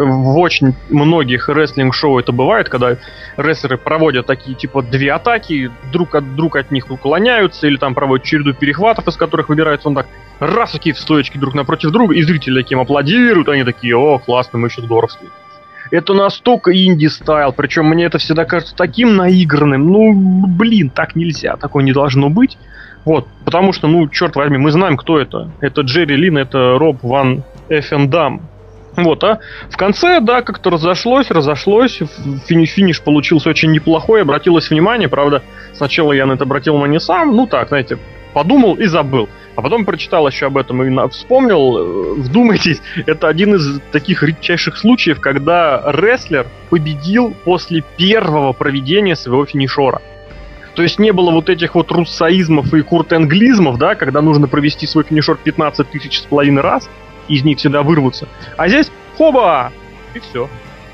рестлинг-шоу это бывает, когда рестлеры проводят такие, типа, две атаки, друг от них уклоняются, или там проводят череду перехватов, из которых выбирается он так, раз такие в стоечке друг напротив друга, и зрители таким аплодируют, они такие, о, классно, мы еще здоровские. Это настолько инди-стайл, причем мне это всегда кажется таким наигранным. Ну, блин, так нельзя, такое не должно быть. Вот, потому что, ну, черт возьми, мы знаем, кто это. Это Джерри Лин, это Роб Ван Эффендам. Вот, а в конце, да, как-то разошлось, финиш получился очень неплохой, обратилось внимание, правда, сначала я на это обратил внимание сам, ну так, знаете, подумал и забыл. А потом прочитал еще об этом и вспомнил, вдумайтесь, это один из таких редчайших случаев, когда рестлер победил после первого проведения своего финишера. То есть не было вот этих вот руссоизмов и куртенглизмов, да, когда нужно провести свой финишер 15 тысяч с половиной раз, и из них всегда вырваться. А здесь хоба! И все.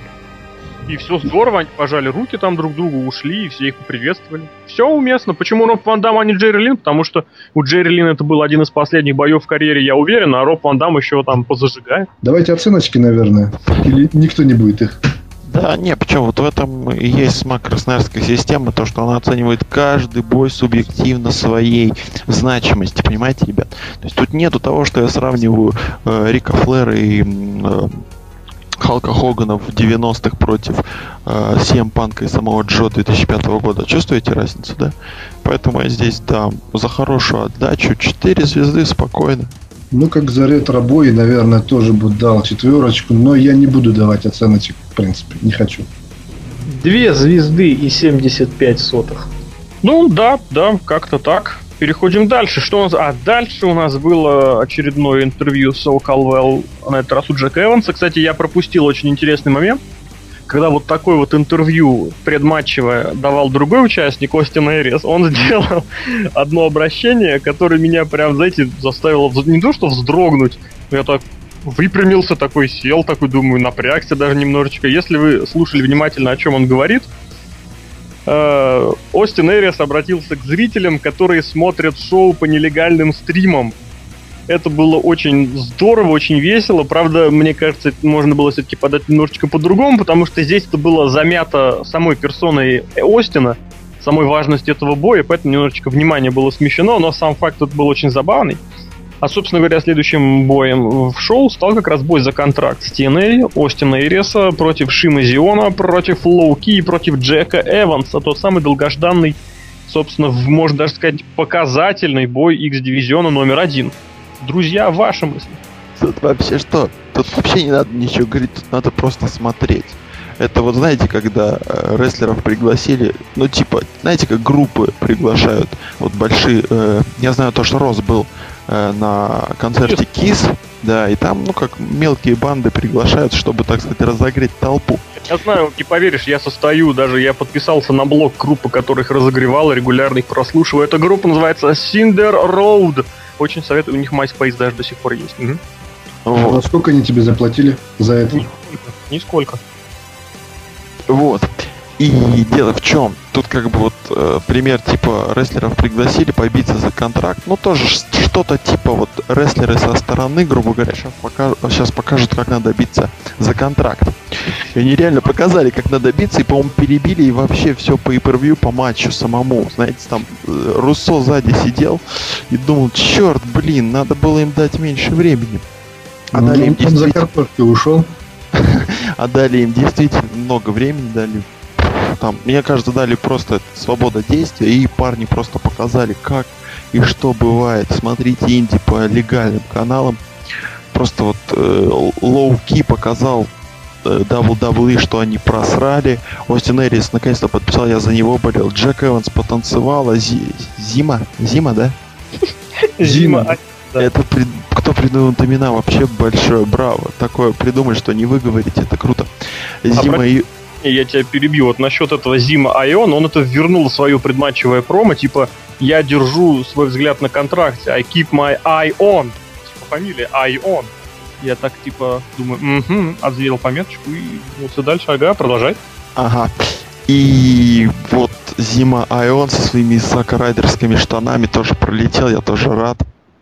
И все здорово, они пожали руки там друг другу, ушли, и все их поприветствовали. Все уместно. Почему Роб Ван Дам, а не Джерри Лин? Потому что у Джерри Лина это был один из последних боев в карьере, я уверен, а Роб Ван Дам еще там позажигает. Давайте оценочки, наверное. Или никто не будет их? Да, не, почему? Вот в этом и есть смак красноярской системы, то, что она оценивает каждый бой субъективно своей значимости, понимаете, ребят? То есть тут нету того, что я сравниваю Рика Флэра и Халка Хогана в 90-х против CM Панка и самого Джо 2005 года. Чувствуете разницу, да? Поэтому я здесь дам за хорошую отдачу 4 звезды спокойно. Ну, как за ретро-бой, наверное, тоже бы дал 4, но я не буду давать оценочек, в принципе, не хочу. 2 звезды и 75 сотых. Ну, да, как-то так. Переходим дальше. Что у нас? Дальше у нас было очередное интервью с Сол Калвелл, на этот раз у Джека Эванса. Кстати, я пропустил очень интересный момент, когда вот такое вот интервью предматчевое давал другой участник, Остин Эрис. Он сделал одно обращение, которое меня прям, знаете, заставило не то что вздрогнуть, но я так выпрямился, такой сел, такой думаю, напрягся даже немножечко. Если вы слушали внимательно, о чем он говорит, Остин Эрис обратился к зрителям, которые смотрят шоу по нелегальным стримам. Это было очень здорово, очень весело. Правда, мне кажется, это можно было все-таки подать немножечко по-другому, потому что здесь это было замято самой персоной Остина, самой важностью этого боя, поэтому немножечко внимание было смещено, но сам факт тут был очень забавный. А, собственно говоря, следующим боем в шоу стал как раз бой за контракт с TNA, Остина Эриса против Шима Зиона, против Лоу Ки и против Джека Эванса. Тот самый долгожданный, собственно, можно даже сказать, показательный бой X-дивизиона номер 1. Друзья, ваши мысли? Тут вообще что? Тут вообще не надо ничего говорить, тут надо просто смотреть. Это вот, знаете, когда рестлеров пригласили, ну, типа, знаете, как группы приглашают, вот большие, я знаю то, что Рос был на концерте Kiss, да, и там, ну, как мелкие банды приглашают, чтобы, так сказать, разогреть толпу. Я знаю, не поверишь, я я подписался на блог группы, которых разогревал, регулярно их прослушиваю. Эта группа называется Cinder Road. Очень советую, у них MySpace даже до сих пор есть. Угу. Вот. А сколько они тебе заплатили за это? Нисколько. Вот. И дело в чем? Тут как бы вот пример типа рестлеров пригласили побиться за контракт. Ну тоже что-то типа вот рестлеры со стороны, грубо говоря, сейчас покажут, как надо биться за контракт. И они реально показали, как надо биться, и, по-моему, перебили и вообще все pay-per-view по матчу самому. Знаете, там Руссо сзади сидел и думал, черт, блин, надо было им дать меньше времени. А дали им он за картошкой ушел. А дали им действительно много времени, дали. Там, мне кажется, дали просто свобода действия, и парни просто показали, как и что бывает. Смотрите инди по легальным каналам. Просто вот Лоу-Ки показал WWE, что они просрали. Остин Эрис наконец-то подписал, я за него болел. Джек Эванс потанцевала. Зима, да? Зима. Это кто придумал имена, вообще большое браво. Такое придумать, что не вы говорите, это круто. Зима и... Я тебя перебью. Вот насчет этого Зима Айон, он это вернул в свое предматчевое промо, типа, я держу свой взгляд на контракте, I keep my eye on. Типа, фамилия Айон. Я так, типа, думаю, отзвел пометочку и вернулся дальше. Ага, продолжай. Ага. И вот Зима Айон со своими сака-райдерскими штанами тоже пролетел, я тоже рад.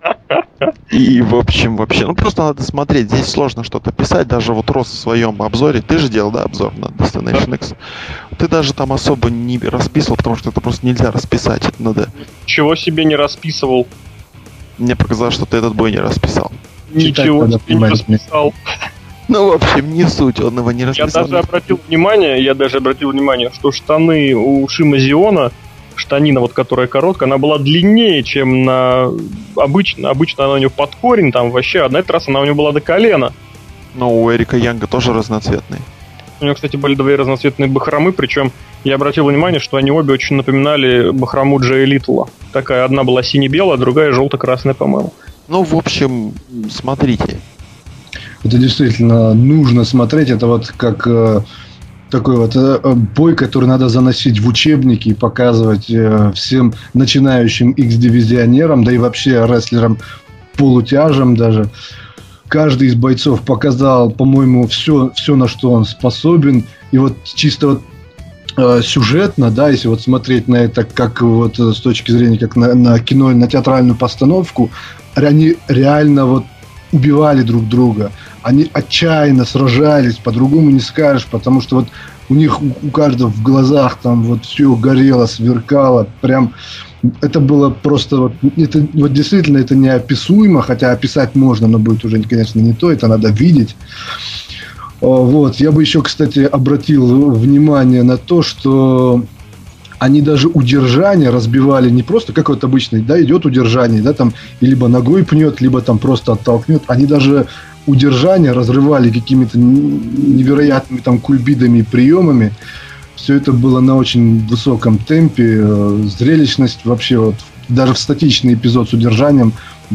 И, в общем, вообще, ну просто надо смотреть, здесь сложно что-то писать, даже вот Рос в своем обзоре, ты же делал, да, обзор на Destination X, ты даже там особо не расписывал, потому что это просто нельзя расписать, это надо... Чего себе не расписывал? Мне показалось, что ты этот бой не расписал. Ничего себе не расписал. Ну, в общем, не суть, он его не расписал. Я даже обратил внимание, что штаны у Шима Зиона, штанина, вот которая короткая, она была длиннее, чем на обычно. Обычно она у него под корень, там вообще, а на этот раз она у него была до колена. Но у Эрика Янга тоже разноцветные. У него, кстати, были две разноцветные бахромы, причем я обратил внимание, что они обе очень напоминали бахрому Джея Литла. Такая, одна была сине-белая, другая желто-красная, по-моему. Ну, в общем, смотрите. Это действительно нужно смотреть, это вот как... такой вот бой, который надо заносить в учебники и показывать всем начинающим X-дивизионерам, да и вообще рестлерам полутяжам даже. Каждый из бойцов показал, по-моему, все, на что он способен. И вот чисто вот сюжетно, да, если вот смотреть на это как вот с точки зрения как на кино, на театральную постановку, они реально вот убивали друг друга. Они отчаянно сражались, по-другому не скажешь, потому что вот у них у каждого в глазах там вот все горело, сверкало, прям это было просто вот, это вот действительно это неописуемо, хотя описать можно, но будет уже, конечно, не то, это надо видеть. Вот, я бы еще, кстати, обратил внимание на то, что они даже удержание разбивали не просто как вот обычно, да, идет удержание, да, там, и либо ногой пнет, либо там просто оттолкнет. Они даже удержание разрывали какими-то невероятными там кульбидами и приемами. Все это было на очень высоком темпе. Зрелищность вообще вот даже в статичный эпизод с удержанием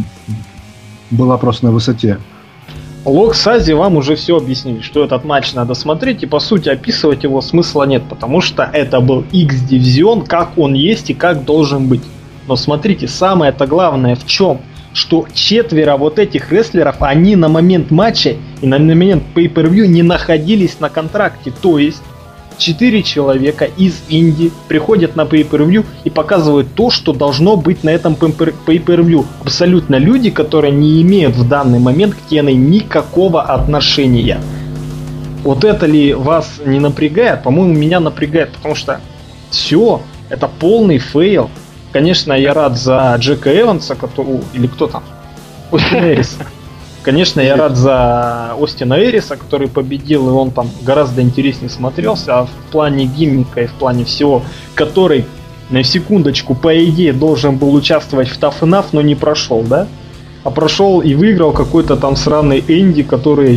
была просто на высоте. Лок Сази вам уже все объяснили, что этот матч надо смотреть, и по сути описывать его смысла нет, потому что это был X-дивизион, как он есть и как должен быть. Но смотрите, самое-то главное в чем? Что четверо вот этих рестлеров, они на момент матча и на момент pay-per-view не находились на контракте, то есть 4 человека из Инди приходят на pay-per-view и показывают то, что должно быть на этом pay-per-view. Абсолютно люди, которые не имеют в данный момент к TNA никакого отношения. Вот это ли вас не напрягает? По-моему, меня напрягает, потому что все, это полный фейл. Конечно, я рад за Джека Эванса, или кто там? Остин Эрис. Конечно, я рад за Остина Эриса, который победил, и он там гораздо интереснее смотрелся, а в плане гиммика и в плане всего, который, на секундочку, по идее, должен был участвовать в Tough Enough, но не прошел, да? А прошел и выиграл какой-то там сраный Энди, который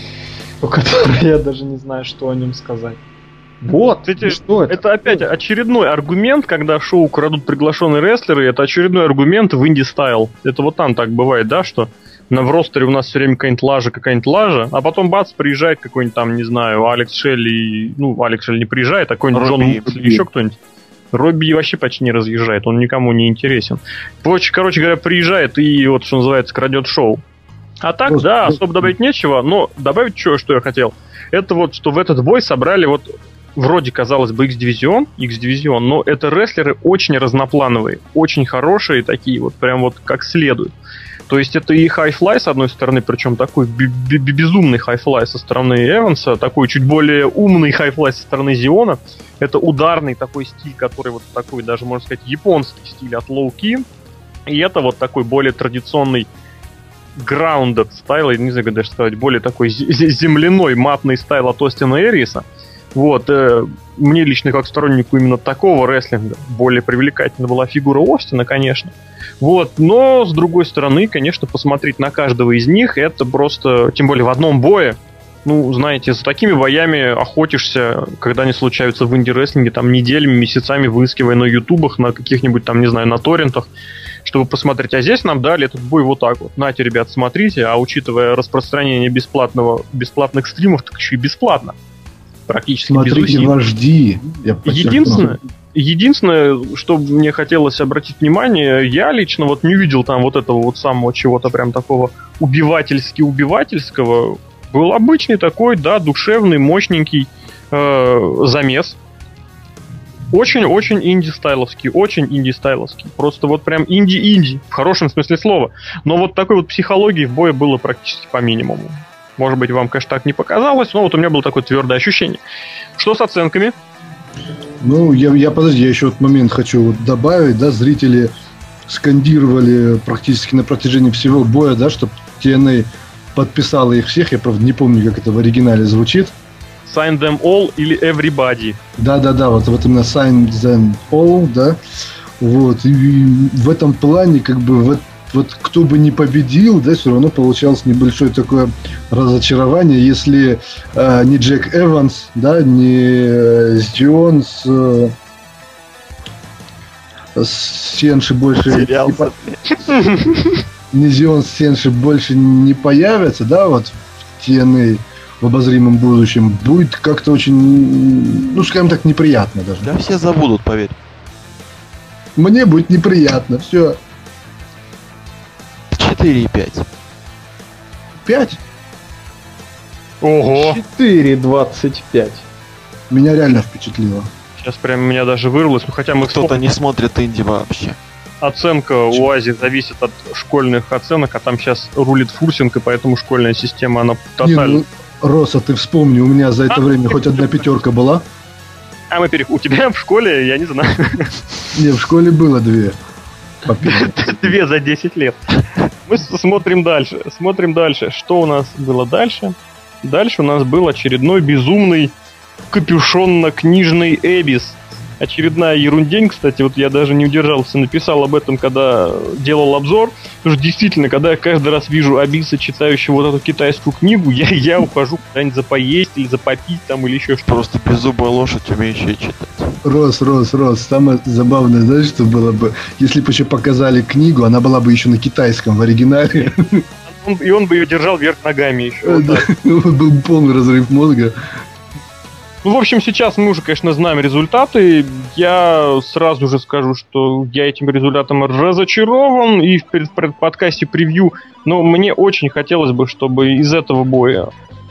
я даже не знаю, что о нем сказать. Вот, что это опять очередной аргумент, когда шоу крадут приглашенные рестлеры, это очередной аргумент в инди-стайл. Это вот там так бывает, да, что в ростере у нас все время какая-нибудь лажа, а потом бац, приезжает какой-нибудь там, не знаю, Алекс Шелли, Алекс Шелли не приезжает, а какой-нибудь Джон Моксли или еще кто-нибудь. Робби вообще почти не разъезжает, он никому не интересен. Короче говоря, приезжает и вот, что называется, крадет шоу. А так, да, особо добавить нечего, но добавить что я хотел. Это вот, что в этот бой собрали вот вроде, казалось бы, X-дивизион, но это рестлеры очень разноплановые, очень хорошие такие, вот прям вот как следует. То есть это и хай-флай с одной стороны, причем такой безумный хай-флай со стороны Эванса, такой чуть более умный хай-флай со стороны Зиона. Это ударный такой стиль, который вот такой, даже можно сказать, японский стиль от Low-Ki. И это вот такой более традиционный grounded стайл, не знаю, как даже сказать, более такой земляной, матный стайл от Остина Эриса. Вот, мне лично как стороннику именно такого рестлинга более привлекательна была фигура Остина, конечно. Вот, но с другой стороны, конечно, посмотреть на каждого из них, это просто, тем более в одном бое, ну, знаете, за такими боями охотишься, когда они случаются в инди-рестлинге, там, неделями, месяцами, выискивая на ютубах, на каких-нибудь там, не знаю, на торрентах, чтобы посмотреть. А здесь нам дали этот бой вот так вот. Нате, ребят, смотрите, а учитывая распространение бесплатных стримов, так еще и бесплатно. Практически смотрите без усилий. Единственное, что мне хотелось обратить внимание, я лично вот не видел там вот этого вот самого чего-то прям такого убивательского. Был обычный такой, да, душевный, мощненький замес. Очень-очень инди-стайловский. Просто вот прям инди-инди, в хорошем смысле слова. Но вот такой вот психологии в бое было практически по минимуму. Может быть, вам, конечно, так не показалось, но вот у меня было такое твердое ощущение. Что с оценками? Ну, я еще вот момент хочу вот добавить, да, зрители скандировали практически на протяжении всего боя, да, чтобы TNA подписала их всех, я, правда, не помню, как это в оригинале звучит. Sign them all или everybody. Да, вот именно sign them all, да. Вот, и в этом плане, как бы, вот кто бы не победил, да, все равно получалось небольшое такое разочарование, если не Джек Эванс, да, не Зион с Сенши больше не Зион с Сенши больше не появятся, да, вот в TNA в обозримом будущем, будет как-то очень, ну, скажем так, неприятно даже. Да все забудут, поверь. Мне будет неприятно, все. 4,5. 5? Ого! 4,25. Меня реально впечатлило. Сейчас прям меня даже вырвалось, ну хотя мы Кто-то не смотрит инди вообще. Оценка у Ази зависит от школьных оценок, а там сейчас рулит Фурсинг, и поэтому школьная система, она тотально... Не, ну, Роса, ты вспомни, у меня за это время хоть одна пятерка была? А мы у тебя в школе, я не знаю. Не, в школе было 2. 2 за 10 лет. Мы смотрим дальше. Что у нас было дальше? Дальше у нас был очередной безумный капюшонно-книжный Эбис. Очередная ерундень, кстати, вот я даже не удержался, написал об этом, когда делал обзор. Потому что действительно, когда я каждый раз вижу Абиса, читающего вот эту китайскую книгу, я ухожу куда-нибудь за поесть или за попить там или еще что-то. Просто беззубая лошадь, умеющая читать. Рос. Самое забавное, знаешь, что было бы? Если бы еще показали книгу, она была бы еще на китайском в оригинале. И он бы ее держал вверх ногами еще. Был бы полный разрыв мозга. Ну, в общем, сейчас мы уже, конечно, знаем результаты. Я сразу же скажу, что я этим результатом разочарован. И в подкасте превью, но мне очень хотелось бы, чтобы из этого боя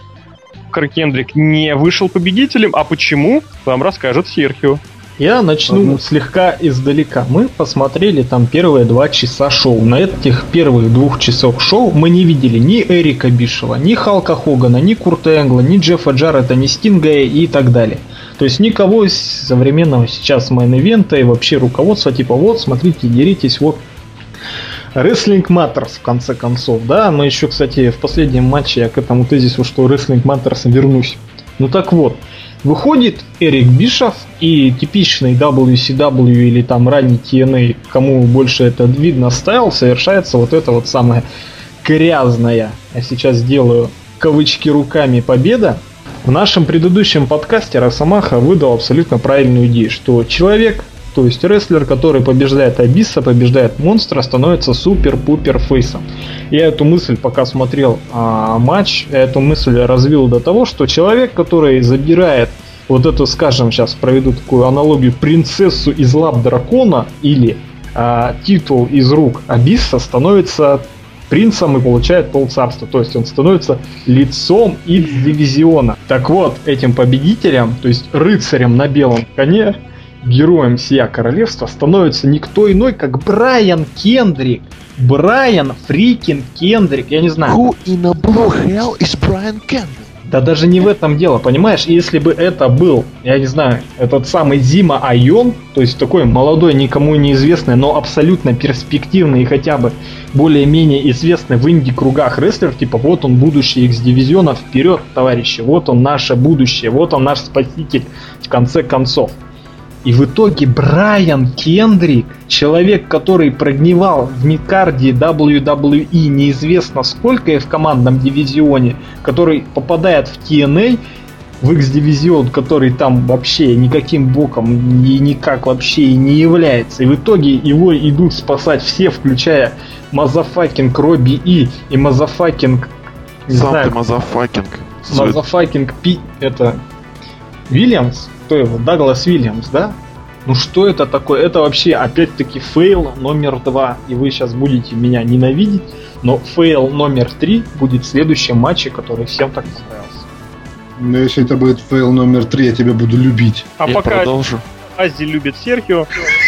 Крэг Кендрик не вышел победителем. А почему, вам расскажет Серхио. Я начну слегка издалека. Мы посмотрели там первые 2 часа шоу. На этих первых 2 часах шоу мы не видели ни Эрика Бишева, ни Халка Хогана, ни Курта Энгла, ни Джеффа Джаррета, ни Стинга и так далее. То есть никого из современного сейчас мейн-ивента и вообще руководства типа вот, смотрите, деритесь, вот. Wrestling Matters, в конце концов, да. Мы еще, кстати, в последнем матче я к этому тезису, что Wrestling Matters, вернусь. Ну так вот. Выходит Эрик Бишоф и типичный WCW или там ранний TNA, кому больше это видно, стайл, совершается вот это вот самое грязная, я сейчас сделаю кавычки руками, победа. В нашем предыдущем подкасте Росомаха выдал абсолютно правильную идею, что человек, то есть рестлер, который побеждает Абисса, побеждает монстра, становится супер-пупер фейсом. Я эту мысль, пока смотрел матч, эту мысль развил до того, что человек, который забирает вот эту, скажем, сейчас проведу такую аналогию, принцессу из лап дракона или титул из рук Абисса, становится принцем и получает полцарства. То есть он становится лицом X-дивизиона. Так вот, этим победителем, то есть рыцарем на белом коне, героем сия королевства, становится никто иной, как Брайан Кендрик. Брайан фрикин Кендрик, я не знаю. Who in a blue hell is Brian Kendrick? Да даже не в этом дело, понимаешь? Если бы это был, я не знаю, этот самый Зима Айон, то есть такой молодой, никому неизвестный, но абсолютно перспективный и хотя бы более-менее известный в инди-кругах рестлер, типа вот он будущее X-дивизиона, вперед, товарищи, вот он наше будущее, вот он наш спаситель в конце концов. И в итоге Брайан Кендрик, человек, который прогнивал в мидкарде WWE неизвестно сколько и в командном дивизионе, который попадает в TNA, в X-дивизион, который там вообще никаким боком и никак вообще и не является. И в итоге его идут спасать все, включая мазафакинг Робби и мазафакинг... Сам ты мазафакинг. Мазафакинг это... Вильямс? Кто его? Даглас Вильямс, да? Ну что это такое? Это вообще опять-таки фейл номер 2. И вы сейчас будете меня ненавидеть, но фейл номер 3 будет в следующем матче, который всем так понравился. Но если это будет фейл номер 3, я тебя буду любить. А Я пока продолжу. Ази любит Серхио,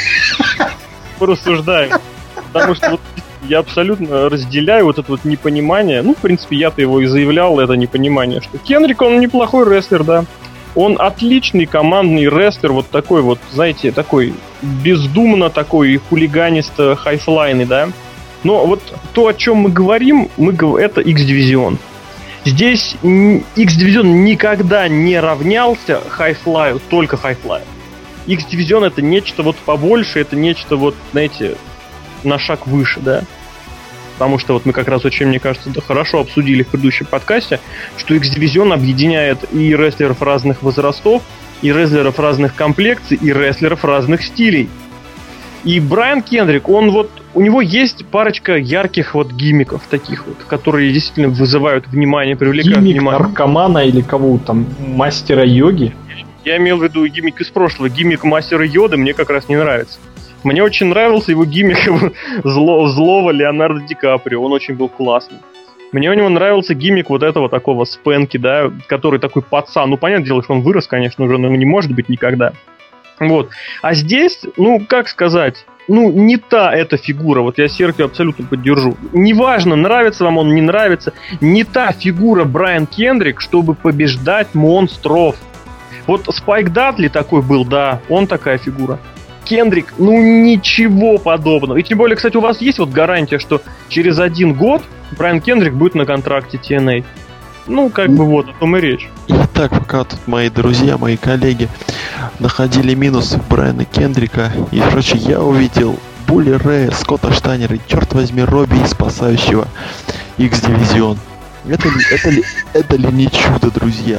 порассуждаем. Потому что вот я абсолютно разделяю вот это вот непонимание. Ну, в принципе, я-то его и заявлял, это непонимание, что Кендрик, он неплохой рестлер, да. Он отличный командный рестлер, вот такой вот, знаете, такой бездумно такой хулиганисто хайфлайный, да. Но вот то, о чем мы говорим, это X-дивизион. Здесь X-дивизион никогда не равнялся хайфлаю, только хайфлаю. X-дивизион это нечто вот побольше, это нечто вот, знаете, на шаг выше, да. Потому что вот мы как раз очень, мне кажется, да, хорошо обсудили в предыдущем подкасте, что X-дивизион объединяет и рестлеров разных возрастов, и рестлеров разных комплекций, и рестлеров разных стилей. И Брайан Кендрик, он вот, у него есть парочка ярких вот гиммиков таких вот, которые действительно вызывают внимание, привлекают гиммик внимание. наркомана или кого там, мастера йоги? Я имел в виду гиммик из прошлого. Гиммик мастера Йоды мне как раз не нравится. Мне очень нравился его гиммик злого Леонардо Ди Каприо. Он очень был классный. Мне у него нравился гиммик вот этого такого Спенки, да, который такой пацан. Ну, понятное дело, что он вырос, конечно, уже, но не может быть никогда. Вот. А здесь, ну, как сказать, ну, не та эта фигура. Вот я Серхио абсолютно поддержу. Неважно, нравится вам он, не нравится. Не та фигура Брайан Кендрик, чтобы побеждать монстров. Вот Спайк Дадли такой был, да, он такая фигура. Кендрик, ну ничего подобного. И тем более, кстати, у вас есть вот гарантия, что через 1 год Брайан Кендрик будет на контракте TNA. Ну, как бы вот, о том и речь. Итак, пока тут мои друзья, мои коллеги находили минусы Брайана Кендрика и прочее, я увидел Булли Рэя, Скотта Штайнера и, черт возьми, Робби, спасающего X-дивизион. Это ли не чудо, друзья?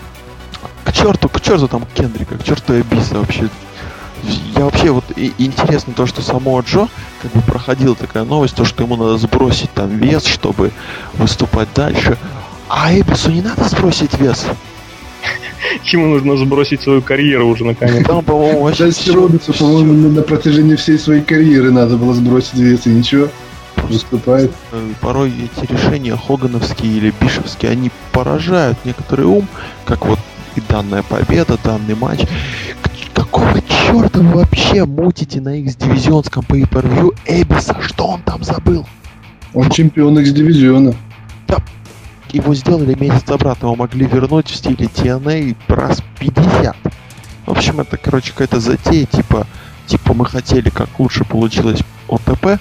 К черту там Кендрика, к черту Эбиса вообще. Я вообще вот интересно то, что Самоа Джо как бы проходила такая новость, то, что ему надо сбросить там вес, чтобы выступать дальше. А Эбису не надо сбросить вес. Ему нужно сбросить свою карьеру уже наконец. Там, по-моему, вообще Дальше Робинсу, по-моему, на протяжении всей своей карьеры надо было сбросить вес, и ничего. Выступает. Порой эти решения хогановские или бишевские, они поражают некоторый ум, как вот и данная победа, данный матч. Какого черта вы вообще мутите на X-дивизионском pay-per-view Эбиса? Что он там забыл? Он чемпион X-дивизиона. Да. Его сделали месяц обратно, его могли вернуть в стиле TNA раз 50. В общем, это, короче, какая-то затея, типа мы хотели, как лучше получилось ОТП.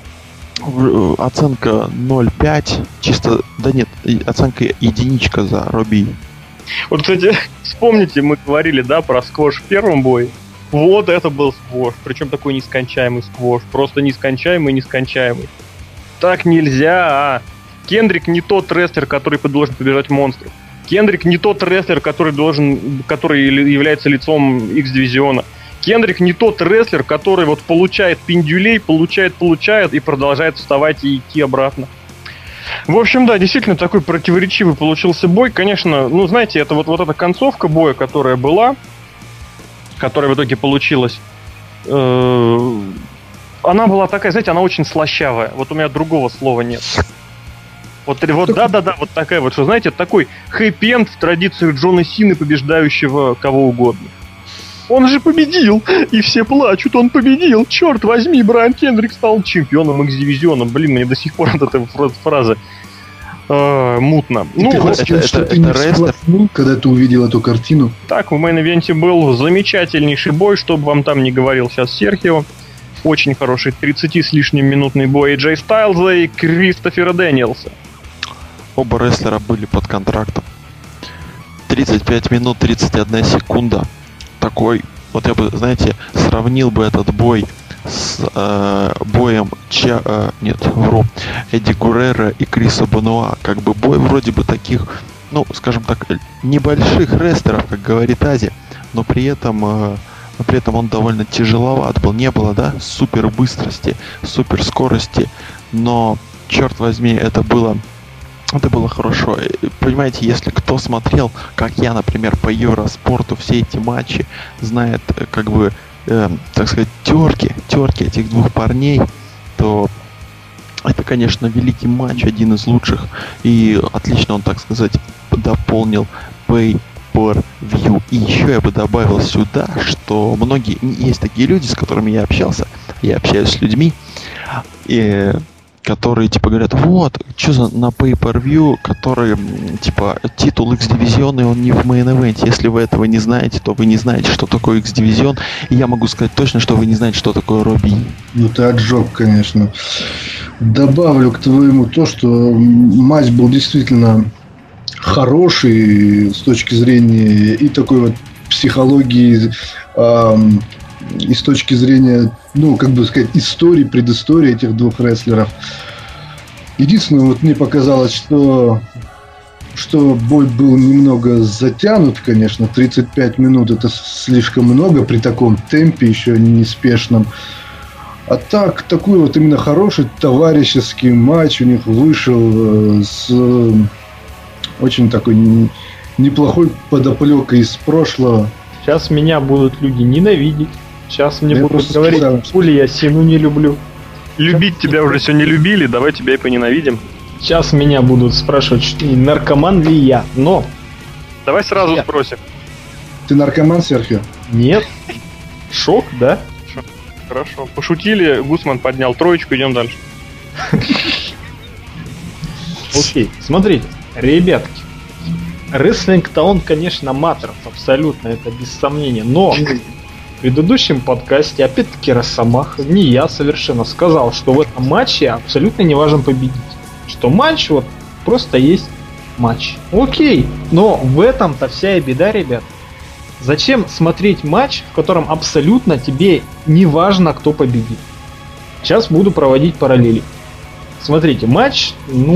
Оценка 0.5, чисто, да нет, оценка единичка за Робби. Вот, кстати, вспомните, мы говорили, да, про сквош в первом бое. Вот это был сквош, причем такой нескончаемый сквош, просто нескончаемый. Так нельзя, Кендрик не тот рестлер, который должен побеждать монстров. Кендрик не тот рестлер, который является лицом X-дивизиона. Кендрик не тот рестлер, который вот получает пиндюлей, получает и продолжает вставать и идти обратно. В общем, да, действительно такой противоречивый получился бой. Конечно, ну, знаете, это вот эта концовка боя, которая была, которая в итоге получилась, она была такая, знаете, она очень слащавая. Вот у меня другого слова нет. Вот да, вот такая вот, что, знаете, такой хэппи-энд в традициях Джона Сины, побеждающего кого угодно. Он же победил, и все плачут, он победил. Черт возьми, Брайан Кендрик стал чемпионом X-дивизиона. Блин, мне до сих пор от этой фразы мутно. Ну, ты не всплакнул, когда ты увидел эту картину? Так, в мейн-ивенте был замечательнейший бой, чтобы вам там не говорил сейчас Серхио. Очень хороший 30 с лишним минутный бой AJ Стайлза и Кристофера Дэниелса. Оба рестлера были под контрактом. 35 минут 31 секунда. Такой, вот я бы, знаете, сравнил бы этот бой с боем Эдди Гуррера и Криса Бенуа. Как бы бой вроде бы таких, ну, скажем так, небольших рестлеров, как говорит Ази, но при этом он довольно тяжеловат был. Не было, да, супер быстрости, супер скорости, но, черт возьми, это было хорошо. Понимаете, если кто смотрел, как я, например, по Евроспорту все эти матчи, знает, как бы, так сказать, терки этих двух парней, то это, конечно, великий матч, один из лучших. И отлично он, так сказать, дополнил Pay-Per-View. И еще я бы добавил сюда, что многие... Есть такие люди, с которыми я общался. Я общаюсь с людьми, и которые, типа, говорят, вот, что за на Pay-Per-View, который, типа, титул X-дивизиона, он не в мейн-эвенте. Если вы этого не знаете, то вы не знаете, что такое X-дивизион. И я могу сказать точно, что вы не знаете, что такое Робби. Ну, ты отжег, конечно. Добавлю к твоему то, что матч был действительно хороший с точки зрения и такой вот психологии, и с точки зрения, ну, как бы сказать, истории, предыстории этих двух рестлеров. Единственное, вот мне показалось, что бой был немного затянут, конечно. 35 минут это слишком много при таком темпе, еще неспешном. А так, такой вот именно хороший товарищеский матч у них вышел с очень такой неплохой подоплекой из прошлого. Сейчас меня будут люди ненавидеть. Сейчас мне будут говорить, хули я Сину не люблю. Любить тебя уже все не любили, давай тебя и поненавидим. Сейчас меня будут спрашивать, наркоман ли я, но... Давай сразу спросим. Ты наркоман, Серхио? Нет. Шок, да? Хорошо. Пошутили, Гусман поднял троечку, идем дальше. Окей, смотрите, ребятки. Рестлинг-то он, конечно, матеров, абсолютно, это без сомнения, но... В предыдущем подкасте, опять-таки, Росомаха, не я совершенно, сказал, что в этом матче абсолютно не важен победитель. Что матч вот просто есть матч. Окей, но в этом-то вся и беда, ребят. Зачем смотреть матч, в котором абсолютно тебе не важно, кто победит? Сейчас буду проводить параллели. Смотрите, матч,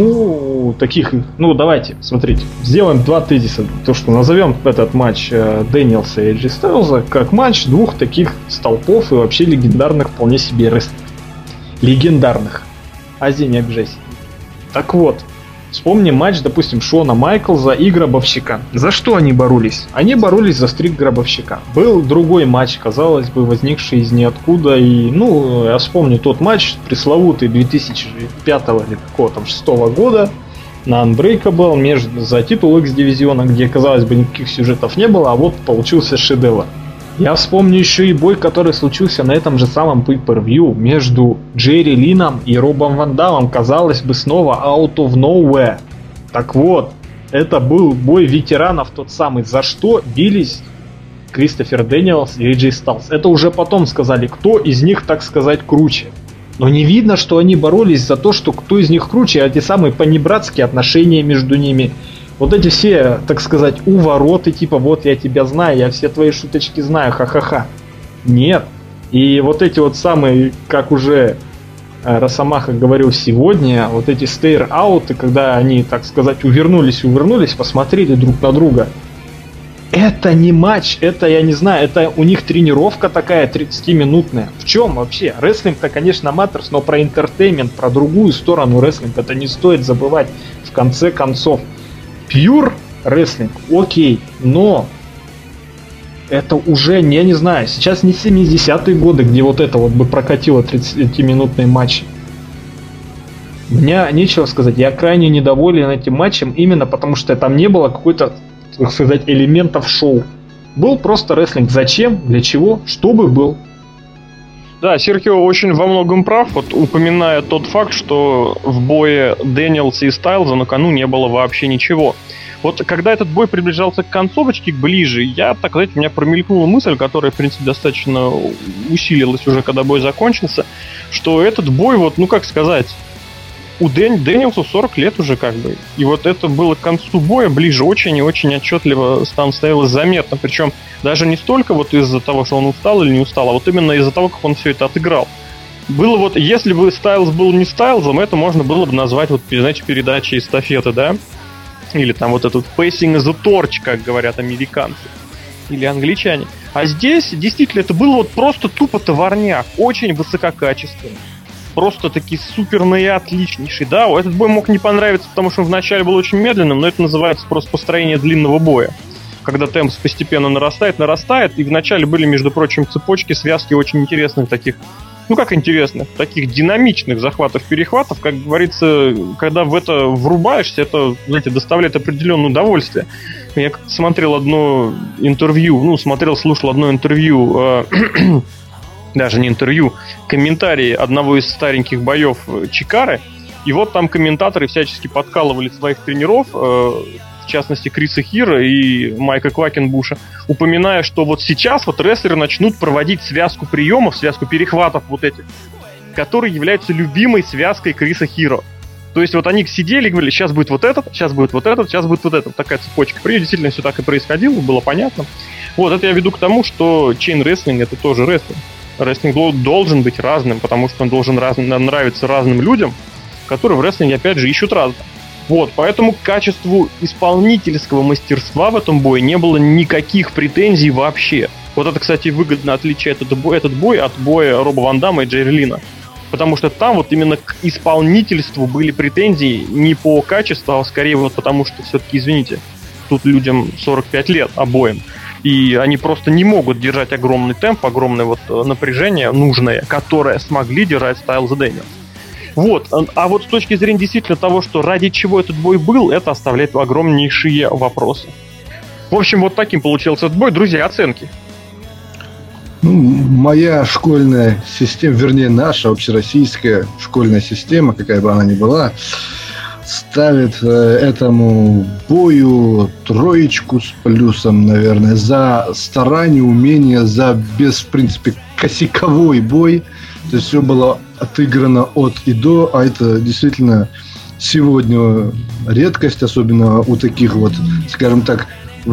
давайте, смотрите, сделаем два тезиса. То, что назовем этот матч Дэниелса и AJ Стайлза как матч двух таких столпов и вообще легендарных вполне себе рестлеров. Легендарных. Ази, не обижайся. Так вот, вспомним матч, допустим, Шона Майклза и Гробовщика. За что они боролись? Они боролись за стрик Гробовщика. Был другой матч, казалось бы, возникший из ниоткуда. И, я вспомню тот матч, пресловутый 2005 или какого-то 2006 года на Unbreakable за титул X-дивизиона, где, казалось бы, никаких сюжетов не было, а вот получился шедевр. Я вспомню еще и бой, который случился на этом же самом Pay-Per-View между Джерри Лином и Робом Ван Дамом, казалось бы, снова out of nowhere. Так вот, это был бой ветеранов тот самый, за что бились Кристофер Дэниелс и AJ Styles. Это уже потом сказали, кто из них, так сказать, круче. Но не видно, что они боролись за то, что кто из них круче, а те самые понебратские отношения между ними. Вот эти все, так сказать, увороты, типа, вот я тебя знаю, я все твои шуточки знаю, ха-ха-ха. Нет. И вот эти вот самые, как уже Росомаха говорил сегодня, вот эти стейр-ауты, когда они, так сказать, увернулись, посмотрели друг на друга. Это не матч, это, я не знаю, это у них тренировка такая 30-минутная. В чем вообще? Рестлинг-то, конечно, матерс, но про интертеймент, про другую сторону рестлинга это не стоит забывать в конце концов. Pure рестлинг, окей, но это уже, я не знаю, сейчас не 70-е годы, где вот это вот бы прокатило 30-минутные матчи. У меня нечего сказать, я крайне недоволен этим матчем, именно потому что там не было какой-то, так сказать, элементов шоу. Был просто рестлинг. Зачем? Для чего? Чтобы был. Да, Серхио очень во многом прав, вот упоминая тот факт, что в бое Дэниелса и Стайлза на кону не было вообще ничего. Вот когда этот бой приближался к концовочке, ближе, у меня промелькнула мысль, которая, в принципе, достаточно усилилась уже, когда бой закончился, что этот бой, у Дэниелсу 40 лет уже как бы. И вот это было к концу боя ближе, очень и очень отчетливо там становилось заметно. Причем даже не столько вот из-за того, что он устал или не устал, а вот именно из-за того, как он все это отыграл. Было вот, если бы Стайлз был не Стайлзом, это можно было бы назвать, вот, знаете, передачей эстафеты, да? Или там вот этот passing the torch, как говорят американцы. Или англичане. А здесь, действительно, это было вот просто тупо товарняк. Очень высококачественный. Просто таки суперный и отличнейший. Да, этот бой мог не понравиться, потому что он вначале был очень медленным, но это называется просто построение длинного боя. Когда темп постепенно нарастает, и вначале были, между прочим, цепочки, связки очень интересных таких, таких динамичных захватов-перехватов, как говорится, когда в это врубаешься, это, знаете, доставляет определенное удовольствие. Я смотрел одно интервью, слушал одно интервью, даже не интервью, комментарии одного из стареньких боев Чикары, и вот там комментаторы всячески подкалывали своих тренеров, в частности Криса Хира и Майка Квакенбуша, упоминая, что вот сейчас вот рестлеры начнут проводить связку приемов, связку перехватов вот этих, которые являются любимой связкой Криса Хиро. То есть вот они сидели и говорили, сейчас будет вот этот, сейчас будет вот этот, сейчас будет вот этот. Такая цепочка. При действительно все так и происходило, было понятно. Вот, это я веду к тому, что чейн-рестлинг — это тоже рестлинг. Рестлинг должен быть разным, потому что он должен нравиться разным людям, которые в рестлинге, опять же, ищут разное. Вот, поэтому к качеству исполнительского мастерства в этом бое не было никаких претензий вообще. Вот это, кстати, выгодно отличает этот бой от боя Роба Ван Дамма и Джерри Лина. Потому что там вот именно к исполнительству были претензии не по качеству, а скорее вот потому что все-таки, извините, тут людям 45 лет обоим. И они просто не могут держать огромный темп, огромное вот напряжение нужное, которое смогли держать Стайлз и Дэниелс. Вот. А вот с точки зрения действительно того, что ради чего этот бой был, это оставляет огромнейшие вопросы. В общем, вот таким получился этот бой. Друзья, оценки. Моя школьная система, вернее, наша общероссийская школьная система, какая бы она ни была, ставит этому бою 3 с плюсом, наверное, за старание, умение, за в принципе, косяковой бой. То есть все было отыграно от и до, а это действительно сегодня редкость, особенно у таких вот, скажем так,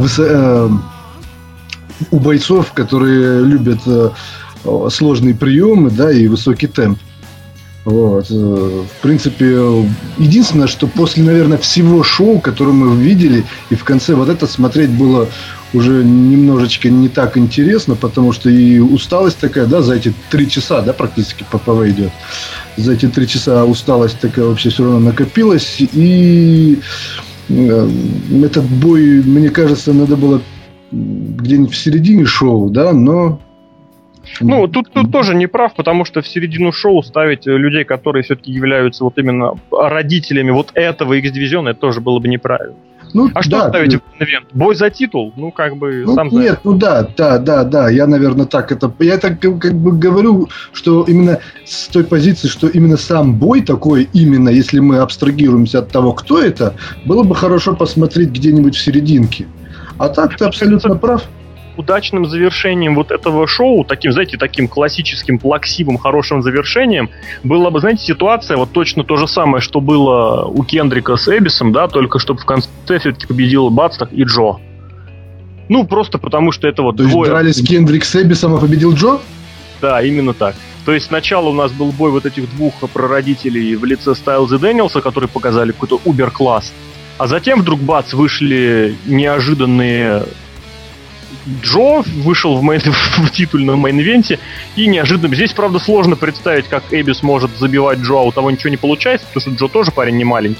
у бойцов, которые любят сложные приемы, да, и высокий темп. Вот. В принципе, единственное, что после, наверное, всего шоу, которое мы видели, и в конце вот это смотреть было уже немножечко не так интересно, потому что и усталость такая, да, за эти 3 часа, да, практически ППВ идет. За эти 3 часа усталость такая вообще все равно накопилась. И этот бой, мне кажется, надо было где-нибудь в середине шоу, да, но... Тут тоже не прав, потому что в середину шоу ставить людей, которые все-таки являются вот именно родителями вот этого X-дивизиона, это тоже было бы неправильно. Что ставите в ивент? Бой за титул? Сам знаешь. Да, я, наверное, я так как бы говорю, что именно с той позиции, что именно сам бой такой, именно если мы абстрагируемся от того, кто это, было бы хорошо посмотреть где-нибудь в серединке. А так ты абсолютно прав. Удачным завершением вот этого шоу, таким классическим, плаксивым, хорошим завершением, была бы, ситуация, вот точно то же самое, что было у Кендрика с Эбисом, да, только чтобы в конце все-таки победил Бадсток и Джо. Просто потому что это вот то двое... То есть дрались Кендрик с Эбисом, а победил Джо? Да, именно так. То есть сначала у нас был бой вот этих двух прародителей в лице Стайлза и Дэниелса, которые показали какой-то убер-класс, а затем вдруг бац, вышли неожиданные... Джо вышел в титульном мейн-ивенте, и неожиданно... Здесь, правда, сложно представить, как Эбис может забивать Джо, а у того ничего не получается, потому что Джо тоже парень не маленький.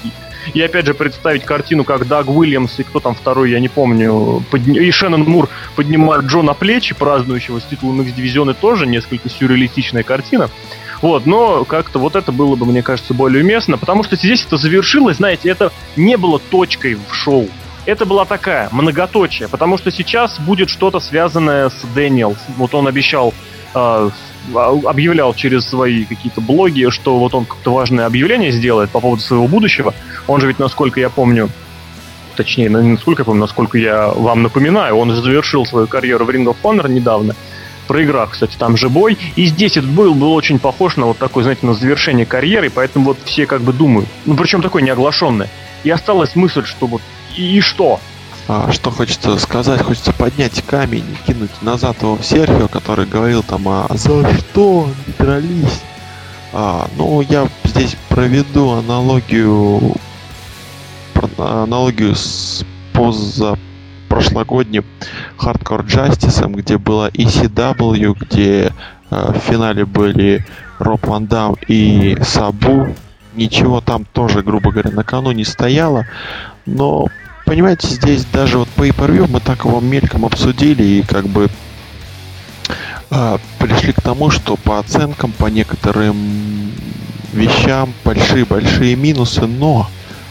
И опять же представить картину, как Даг Уильямс и кто там второй, я не помню, и Шеннон Мур поднимают Джо на плечи, празднующего с титулом X-дивизиона, тоже несколько сюрреалистичная картина. Вот, но как-то вот это было бы, мне кажется, более уместно, потому что здесь это завершилось, знаете, это не было точкой в шоу. Это была такая многоточие, потому что сейчас будет что-то связанное с Дэниелс. Вот он обещал, объявлял через свои какие-то блоги, что вот он как-то важное объявление сделает по поводу своего будущего. Он же ведь, насколько я помню, точнее, не насколько я помню, насколько я вам напоминаю, он же завершил свою карьеру в Ring of Honor недавно, проиграв, кстати, там же бой. И здесь этот бой был очень похож на вот такой, знаете, на завершение карьеры, поэтому вот все как бы думают, ну причем такой неоглашенный. И осталась мысль, что вот и что? Что хочется сказать, хочется поднять камень и кинуть назад его в Серхио, который говорил там, за что не дрались? Ну, я здесь проведу аналогию с позапрошлогодним Hardcore Justice, где была ECW, где в финале были Роб Ван Дам и Сабу. Ничего там тоже, грубо говоря, на кону не стояло. Но, понимаете, здесь даже вот pay-per-view мы так его мельком обсудили и как бы пришли к тому, что по оценкам, по некоторым вещам большие минусы, но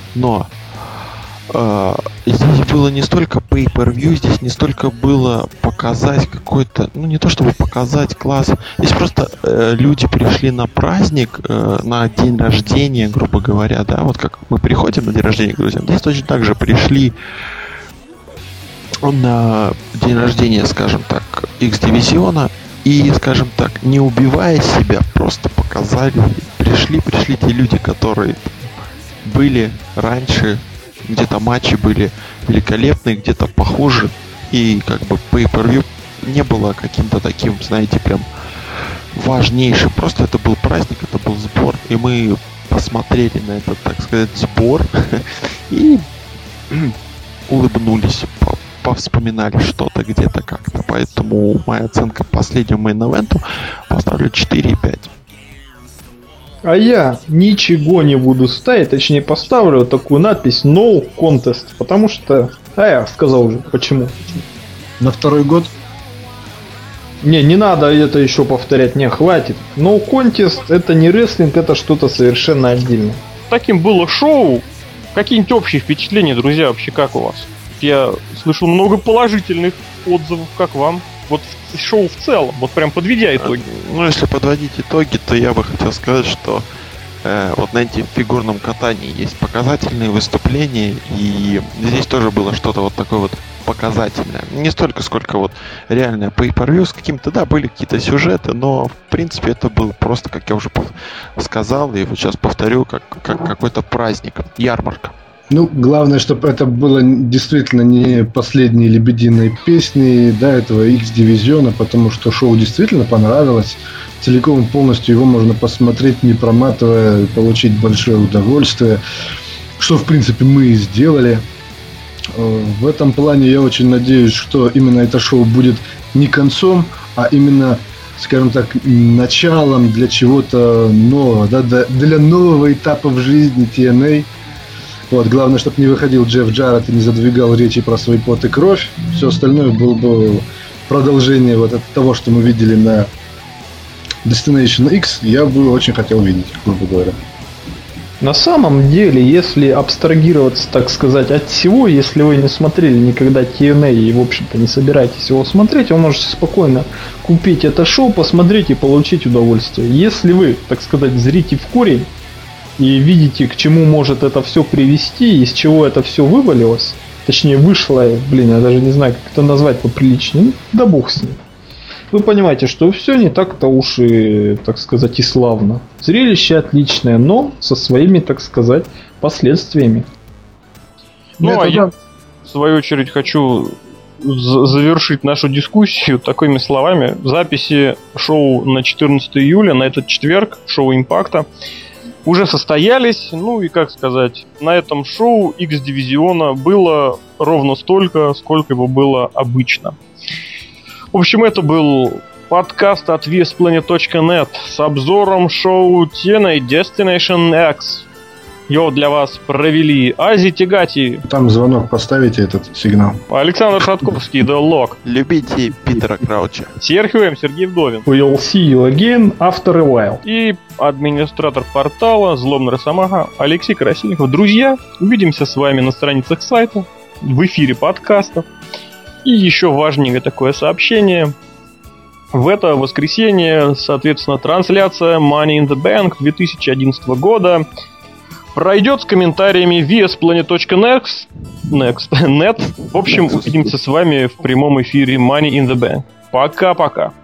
здесь было не столько pay-per-view, здесь не столько было показать какой-то, ну не то чтобы показать класс, здесь просто люди пришли на праздник, на день рождения, грубо говоря, да, вот как мы приходим на день рождения к друзьям, здесь точно так же пришли на день рождения, скажем так, X-дивизиона и, скажем так, не убивая себя, просто показали, пришли те люди, которые были раньше. Где-то матчи были великолепные, где-то похуже. И как бы pay-per-view не было каким-то таким, знаете, прям важнейшим. Просто это был праздник, это был сбор. И мы посмотрели на этот, так сказать, сбор и улыбнулись, повспоминали что-то где-то как-то. Поэтому моя оценка последнему мейн-эвенту поставлю 4,5. А я ничего не буду ставить, точнее поставлю вот такую надпись No Contest, потому что... я сказал уже, почему. На второй год? Не надо это еще повторять, не, хватит. No Contest это не рестлинг, это что-то совершенно отдельное. Таким было шоу. Какие-нибудь общие впечатления, друзья, вообще как у вас? Я слышал много положительных отзывов, как вам? Вот шоу в целом, вот прям подведя итоги. Ну, если подводить итоги, то я бы хотел сказать, что вот на этом фигурном катании есть показательные выступления, и здесь тоже было что-то вот такое вот показательное. Не столько, сколько вот реальное pay-per-view с каким-то, да, были какие-то сюжеты, но в принципе это был просто, как я уже сказал, и вот сейчас повторю, как какой-то праздник, ярмарка. Ну, главное, чтобы это было действительно не последние лебединые песни, да, этого X-дивизиона, потому что шоу действительно понравилось. Целиком и полностью его можно посмотреть, не проматывая, получить большое удовольствие, что, в принципе, мы и сделали. В этом плане я очень надеюсь, что именно это шоу будет не концом, а именно, скажем так, началом для чего-то нового, да, для нового этапа в жизни TNA. Вот, главное, чтобы не выходил Джефф Джарретт и не задвигал речи про свой пот и кровь. Все остальное было бы продолжение вот от того, что мы видели на Destination X. Я бы очень хотел видеть, грубо говоря. На самом деле, если абстрагироваться, так сказать, от всего, если вы не смотрели никогда TNA и, в общем-то, не собираетесь его смотреть, вы можете спокойно купить это шоу, посмотреть и получить удовольствие. Если вы, так сказать, зрите в корень, и видите, к чему может это все привести, из чего это все вывалилось, точнее вышло, я даже не знаю, как это назвать поприличнее, да бог с ним. Вы понимаете, что все не так-то уж и, так сказать, и славно. Зрелище отличное, но со своими, так сказать, последствиями. Ну, а я, в свою очередь, хочу завершить нашу дискуссию такими словами. Записи шоу на 14 июля, на этот четверг, шоу Импакта, уже состоялись, ну и, как сказать, на этом шоу X-дивизиона было ровно столько, сколько его было обычно. В общем, это был подкаст от VSPlanet.net с обзором шоу TNA Destination X. Его для вас провели Ази Тягати, Там звонок, поставите этот сигнал. Александр Шатковский, The Lock, Любите Питера Крауча. Серхио М. Сергей Вдовин We'll see you again after a while. и администратор портала Злобный Росомаха Алексей Красильников. Друзья, увидимся с вами на страницах сайта, в эфире подкастов. И еще важнее такое сообщение. В это воскресенье, соответственно, трансляция Money in the Bank 2011 года пройдет с комментариями VSPlanet.net. В общем, увидимся с вами в прямом эфире Money in the Bank. Пока-пока.